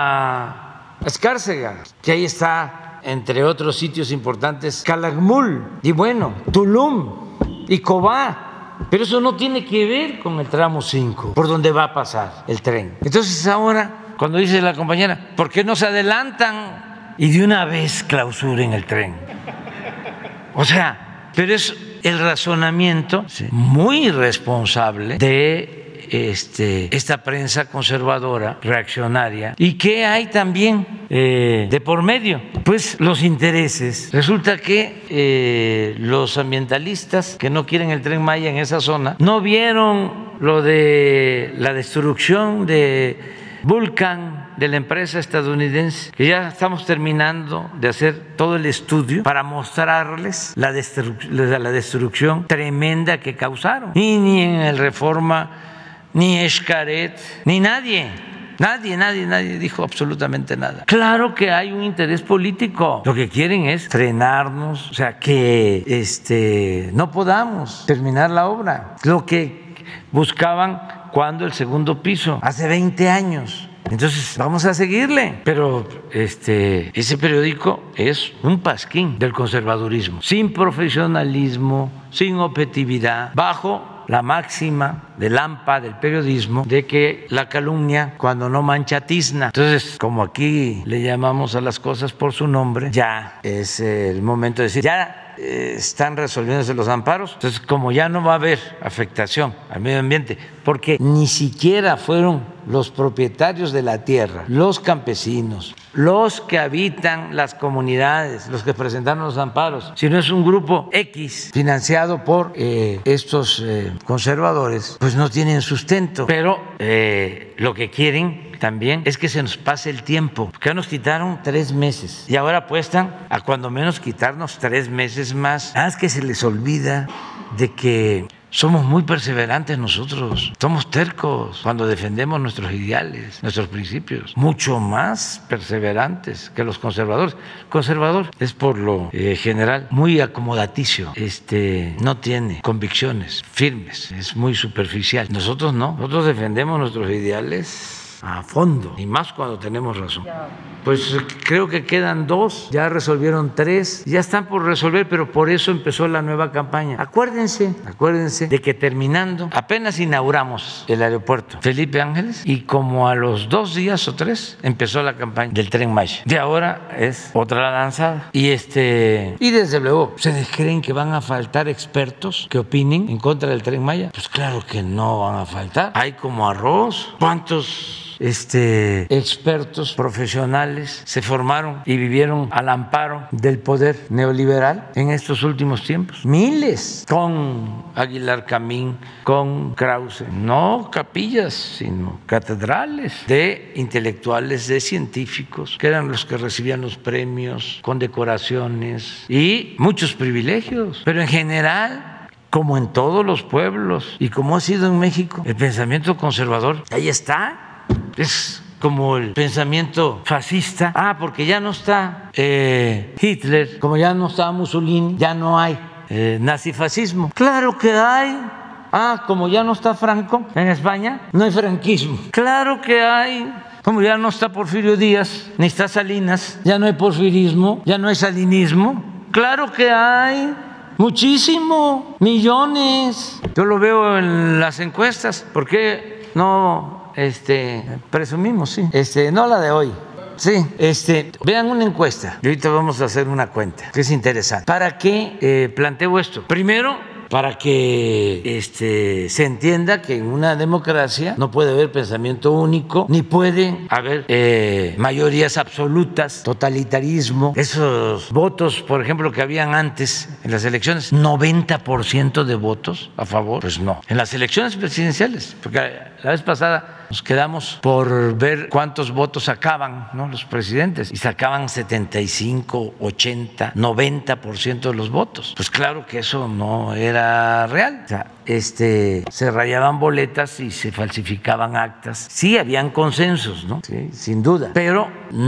a Escárcega, que ahí está, entre otros sitios importantes, Calakmul, y bueno, Tulum y Cobá. Pero eso no tiene que ver con el tramo cinco, por donde va a pasar el tren. Entonces ahora, cuando dice la compañera, ¿por qué no se adelantan y de una vez clausuren el tren? O sea, pero es el razonamiento muy irresponsable de Este, esta prensa conservadora, reaccionaria. ¿Y qué hay también eh, de por medio? Pues los intereses. Resulta que eh, los ambientalistas que no quieren el Tren Maya en esa zona no vieron lo de la destrucción de Vulcan, de la empresa estadounidense, que ya estamos terminando de hacer todo el estudio para mostrarles la, destru- la destrucción tremenda que causaron. Y ni en el Reforma, ni Xcaret, ni nadie, nadie, nadie, nadie dijo absolutamente nada. Claro que hay un interés político. Lo que quieren es frenarnos, o sea, que este, no podamos terminar la obra. Lo que buscaban cuando el segundo piso, hace veinte años. Entonces vamos a seguirle, pero este, ese periódico es un pasquín del conservadurismo, sin profesionalismo, sin objetividad, bajo la máxima del AMPA, del periodismo, de que la calumnia cuando no mancha tizna. Entonces, como aquí le llamamos a las cosas por su nombre, ya es el momento de decir, ya eh, están resolviéndose los amparos. Entonces, como ya no va a haber afectación al medio ambiente, porque ni siquiera fueron los propietarios de la tierra, los campesinos, los que habitan las comunidades, los que presentaron los amparos, sino es un grupo X financiado por eh, estos eh, conservadores, pues no tienen sustento. Pero eh, lo que quieren también es que se nos pase el tiempo, porque nos quitaron tres meses y ahora apuestan a cuando menos quitarnos tres meses más. Ah, es que se les olvida de que somos muy perseverantes nosotros, somos tercos cuando defendemos nuestros ideales, nuestros principios, mucho más perseverantes que los conservadores. El conservador es por lo eh, general muy acomodaticio, este, no tiene convicciones firmes, es muy superficial. Nosotros no, nosotros defendemos nuestros ideales a fondo, y más cuando tenemos razón. Pues creo que quedan dos, ya resolvieron tres, ya están por resolver, pero por eso empezó la nueva campaña. Acuérdense, acuérdense de que terminando, apenas inauguramos el aeropuerto Felipe Ángeles y como a los dos días o tres empezó la campaña del Tren Maya. De ahora es otra lanzada. Y este y desde luego, ¿ustedes creen que van a faltar expertos que opinen en contra del Tren Maya? Pues claro que no van a faltar. Hay como arroz. ¿Cuántos Este, expertos profesionales se formaron y vivieron al amparo del poder neoliberal en estos últimos tiempos? Miles, con Aguilar Camín, con Krause, no capillas, sino catedrales de intelectuales, de científicos, que eran los que recibían los premios, condecoraciones y muchos privilegios, pero en general como en todos los pueblos y como ha sido en México, el pensamiento conservador, ahí está. Es como el pensamiento fascista. Ah, porque ya no está eh, Hitler, como ya no está Mussolini, ya no hay eh, nazifascismo. Claro que hay. Ah, como ya no está Franco en España, no hay franquismo. Claro que hay. Como ya no está Porfirio Díaz, ni está Salinas, ya no hay porfirismo, ya no hay salinismo. Claro que hay. Muchísimo, millones. Yo lo veo en las encuestas. ¿Por qué no este, presumimos? Sí. Este, no la de hoy. Sí, este, vean una encuesta. Y ahorita vamos a hacer una cuenta, que es interesante. ¿Para qué eh, planteo esto? Primero, para que este, se entienda que en una democracia no puede haber pensamiento único, ni pueden haber eh, mayorías absolutas, totalitarismo. Esos votos, por ejemplo, que habían antes en las elecciones, noventa por ciento de votos a favor, pues no. En las elecciones presidenciales, porque la vez pasada nos quedamos por ver cuántos votos sacaban, ¿no?, los presidentes, y sacaban setenta y cinco, ochenta, noventa por ciento de los votos. Pues claro que eso no era real. O sea, este, se rayaban boletas y se falsificaban actas. Sí, habían consensos, ¿no? Sí, sin duda, pero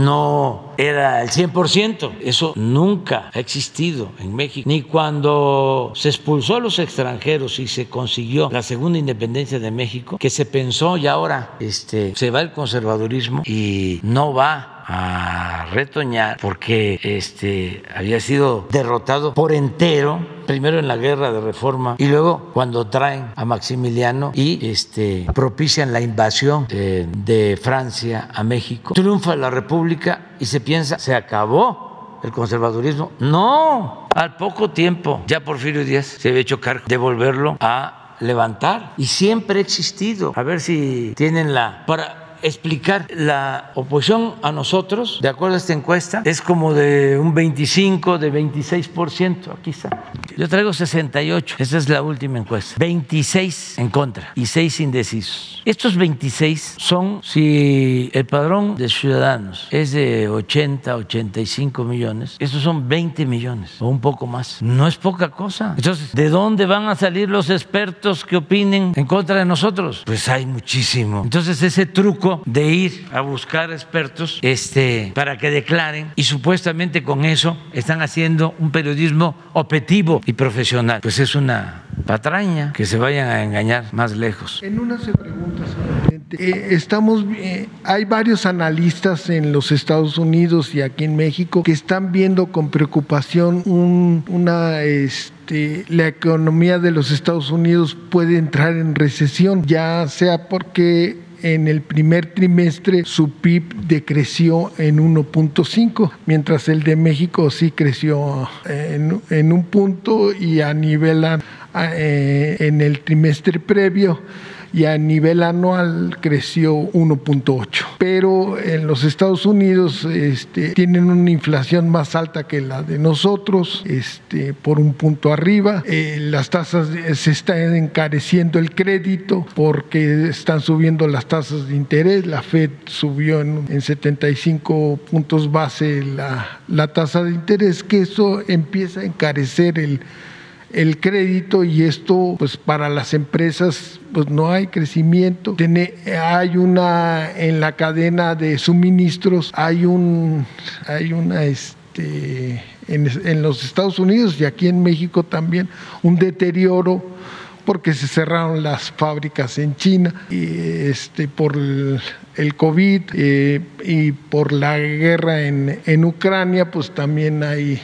no era el cien por ciento. Eso nunca ha existido en México. Ni cuando se expulsó a los extranjeros y se consiguió la segunda independencia de México, que se pensó y ahora este, se va el conservadurismo y no va a retoñar porque este, había sido derrotado por entero, primero en la guerra de reforma y luego cuando traen a Maximiliano y este, propician la invasión eh, de Francia a México. Triunfa la República y se piensa, se acabó el conservadurismo. No, al poco tiempo ya Porfirio Díaz se había hecho cargo de volverlo a levantar y siempre ha existido. A ver si tienen la... para explicar, la oposición a nosotros, de acuerdo a esta encuesta, es como de un veinticinco, de veintiséis por ciento. Aquí está. Yo traigo sesenta y ocho. Esta es la última encuesta. veintiséis en contra y seis indecisos. Estos veintiséis son, si el padrón de ciudadanos es de ochenta, ochenta y cinco millones, estos son veinte millones o un poco más. No es poca cosa. Entonces, ¿de dónde van a salir los expertos que opinen en contra de nosotros? Pues hay muchísimo. Entonces, ese truco de ir a buscar expertos este, para que declaren y supuestamente con eso están haciendo un periodismo objetivo y profesional. Pues es una patraña, que se vayan a engañar más lejos. En una se pregunta, señor presidente, eh, estamos, eh, hay varios analistas en los Estados Unidos y aquí en México que están viendo con preocupación un, una... Este, la economía de los Estados Unidos puede entrar en recesión, ya sea porque en el primer trimestre su P I B decreció en uno punto cinco, mientras el de México sí creció en, en un punto y a nivel eh, en el trimestre previo y a nivel anual creció uno punto ocho. Pero en los Estados Unidos este, tienen una inflación más alta que la de nosotros, este, por un punto arriba. Eh, las tasas, se está encareciendo el crédito porque están subiendo las tasas de interés. La Fed subió en, en setenta y cinco puntos base la, la tasa de interés, que eso empieza a encarecer el el crédito y esto pues para las empresas pues no hay crecimiento. Tiene, hay una en la cadena de suministros, hay un hay una este en, en los Estados Unidos y aquí en México también un deterioro porque se cerraron las fábricas en China y este por el, el COVID eh, y por la guerra en, en Ucrania, pues también hay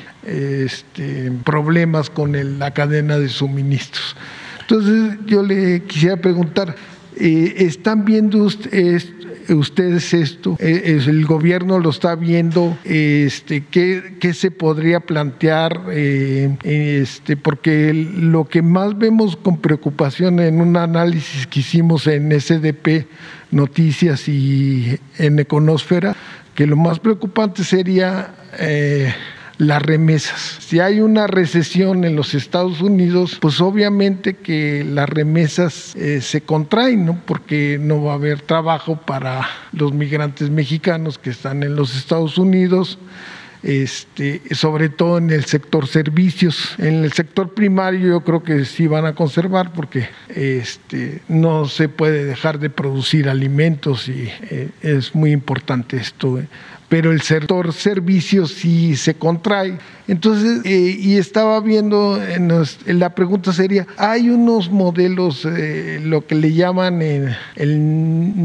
este, problemas con el, la cadena de suministros. Entonces yo le quisiera preguntar, eh, ¿están viendo ustedes, ustedes esto? Eh, ¿El gobierno lo está viendo? Este, ¿qué, qué se podría plantear? Eh, este, porque lo que más vemos con preocupación en un análisis que hicimos en S D P Noticias y en Econósfera, que lo más preocupante sería eh, las remesas. Si hay una recesión en los Estados Unidos, pues obviamente que las remesas eh, se contraen, ¿no? Porque no va a haber trabajo para los migrantes mexicanos que están en los Estados Unidos. este, sobre todo en el sector servicios. En el sector primario yo creo que sí van a conservar porque este, no se puede dejar de producir alimentos y eh, es muy importante esto. Eh. Pero el sector servicios sí se contrae. Entonces, eh, y estaba viendo, en los, en la pregunta sería, hay unos modelos, eh, lo que le llaman el, el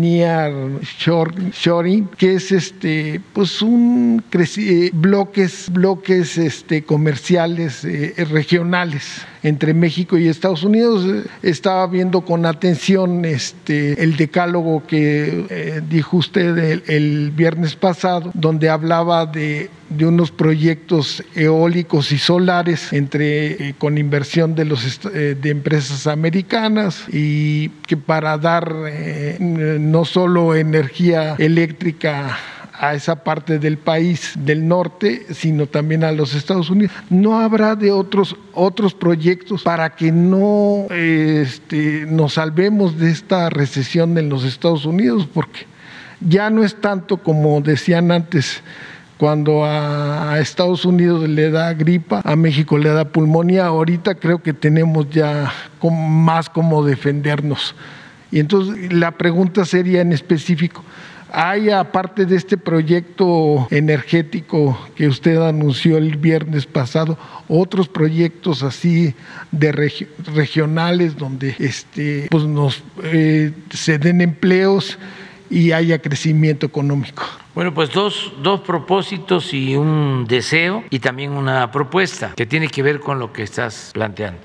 nearshoring, que es este, pues un creci- eh, bloques, bloques este, comerciales eh, regionales entre México y Estados Unidos. Estaba viendo con atención este, el decálogo que eh, dijo usted el, el viernes pasado, donde hablaba de, de unos proyectos eólicos y solares entre, eh, con inversión de, los, eh, de empresas americanas y que para dar eh, no solo energía eléctrica a esa parte del país del norte, sino también a los Estados Unidos. ¿No habrá de otros, otros proyectos para que no este, nos salvemos de esta recesión en los Estados Unidos? Porque ya no es tanto como decían antes, cuando a Estados Unidos le da gripa, a México le da pulmonía. Ahorita creo que tenemos ya más cómo defendernos. Y entonces la pregunta sería en específico, ¿hay, aparte de este proyecto energético que usted anunció el viernes pasado, otros proyectos así de regi- regionales donde este, pues nos eh, se den empleos y haya crecimiento económico? Bueno, pues dos, dos propósitos y un deseo y también una propuesta que tiene que ver con lo que estás planteando.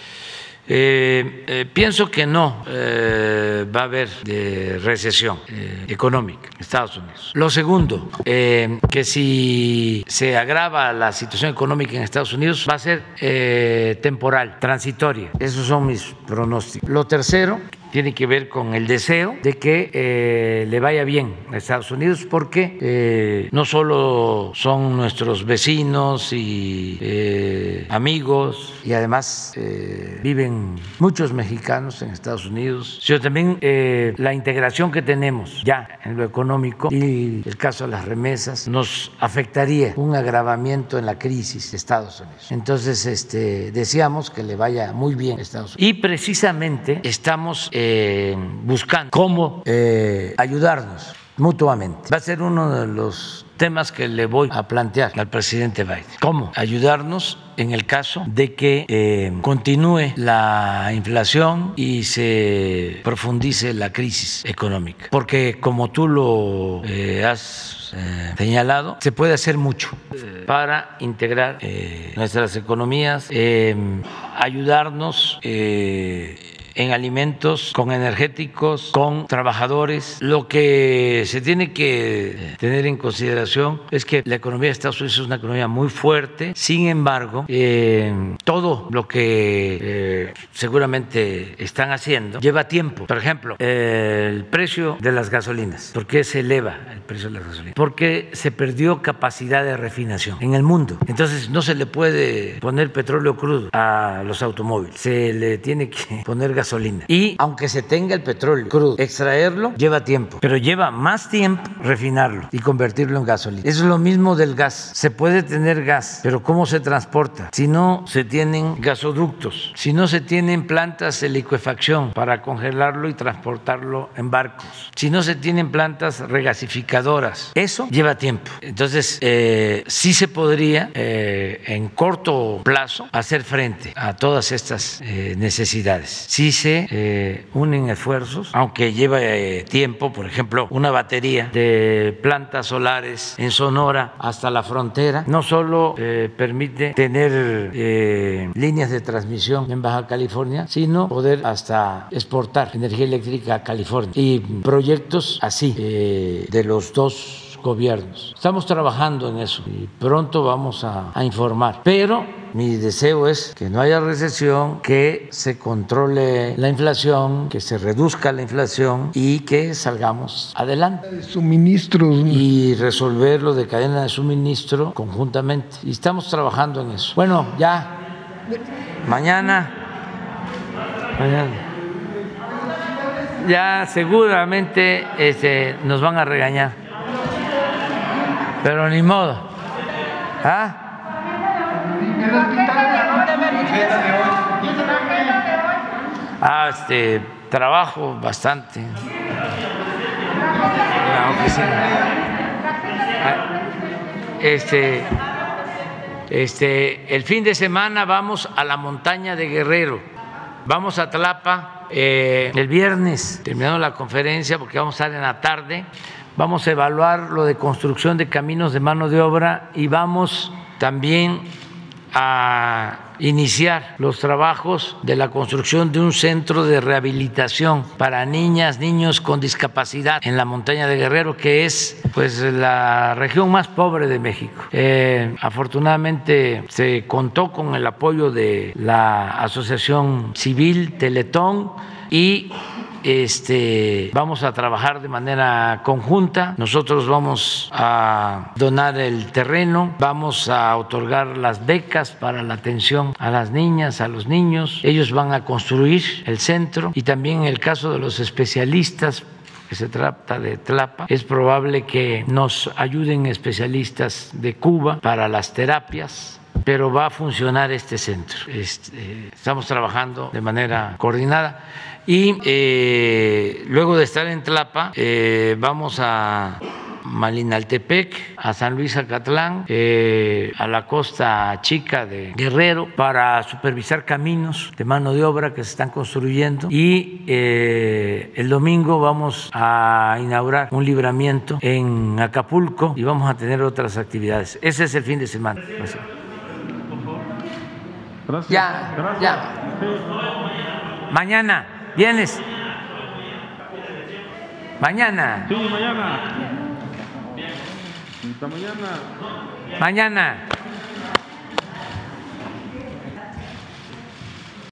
Eh, eh, pienso que no eh, va a haber de recesión eh, económica en Estados Unidos. Lo segundo, eh, que si se agrava la situación económica en Estados Unidos va a ser eh, temporal, transitoria. Esos son mis pronósticos. Lo tercero tiene que ver con el deseo de que eh, le vaya bien a Estados Unidos, porque eh, no solo son nuestros vecinos y eh, amigos, y además eh, viven muchos mexicanos en Estados Unidos, sino también eh, la integración que tenemos ya en lo económico y el caso de las remesas nos afectaría un agravamiento en la crisis de Estados Unidos. Entonces, este, deseamos que le vaya muy bien a Estados Unidos. Y precisamente estamos Eh, buscando cómo eh, ayudarnos mutuamente. Va a ser uno de los temas que le voy a plantear al presidente Biden. ¿Cómo ayudarnos en el caso de que eh, continúe la inflación y se profundice la crisis económica? Porque como tú lo eh, has eh, señalado, se puede hacer mucho eh, para integrar eh, nuestras economías, eh, ayudarnos eh, en alimentos, con energéticos, con trabajadores. Lo que se tiene que tener en consideración es que la economía de Estados Unidos es una economía muy fuerte. Sin embargo, eh, todo lo que eh, seguramente están haciendo lleva tiempo. Por ejemplo, eh, el precio de las gasolinas. ¿Por qué se eleva el precio de las gasolinas? Porque se perdió capacidad de refinación en el mundo. Entonces no se le puede poner petróleo crudo a los automóviles. Se le tiene que poner gasolina. Y aunque se tenga el petróleo crudo, extraerlo lleva tiempo, pero lleva más tiempo refinarlo y convertirlo en gasolina. Eso es lo mismo del gas. Se puede tener gas, pero ¿cómo se transporta? Si no se tienen gasoductos, si no se tienen plantas de licuefacción para congelarlo y transportarlo en barcos, si no se tienen plantas regasificadoras, eso lleva tiempo. Entonces, eh, sí se podría eh, en corto plazo hacer frente a todas estas eh, necesidades. Sí se eh, unen esfuerzos, aunque lleva eh, tiempo. Por ejemplo, una batería de plantas solares en Sonora hasta la frontera no solo eh, permite tener eh, líneas de transmisión en Baja California, sino poder hasta exportar energía eléctrica a California, y proyectos así eh, de los dos gobiernos. Estamos trabajando en eso y pronto vamos a, a informar, pero mi deseo es que no haya recesión, que se controle la inflación, que se reduzca la inflación y que salgamos adelante. Suministros. Y resolver lo de cadena de suministro conjuntamente. Y estamos trabajando en eso. Bueno, ya mañana, mañana ya seguramente este, nos van a regañar. Pero ni modo. ¿Ah? Ah, este, trabajo bastante en la oficina. Este, este, el fin de semana vamos a la montaña de Guerrero, vamos a Tlapa eh, el viernes, terminando la conferencia, porque vamos a estar en la tarde, vamos a evaluar lo de construcción de caminos de mano de obra y vamos también a iniciar los trabajos de la construcción de un centro de rehabilitación para niñas, niños con discapacidad en la montaña de Guerrero, que es pues la región más pobre de México. Eh, afortunadamente se contó con el apoyo de la Asociación Civil Teletón y Este, vamos a trabajar de manera conjunta. Nosotros vamos a donar el terreno, vamos a otorgar las becas para la atención a las niñas, a los niños. Ellos van a construir el centro y también en el caso de los especialistas, que se trata de Tlapa, es probable que nos ayuden especialistas de Cuba para las terapias, pero va a funcionar este centro. Este, estamos trabajando de manera coordinada. Y eh, luego de estar en Tlapa, eh, vamos a Malinaltepec, a San Luis Acatlán, eh, a la Costa Chica de Guerrero, para supervisar caminos de mano de obra que se están construyendo. Y eh, el domingo vamos a inaugurar un libramiento en Acapulco y vamos a tener otras actividades. Ese es el fin de semana. Gracias. Ya, Gracias. ya. Mañana. ¿Vienes? Mañana. Sí, mañana. Hasta mañana. Mañana.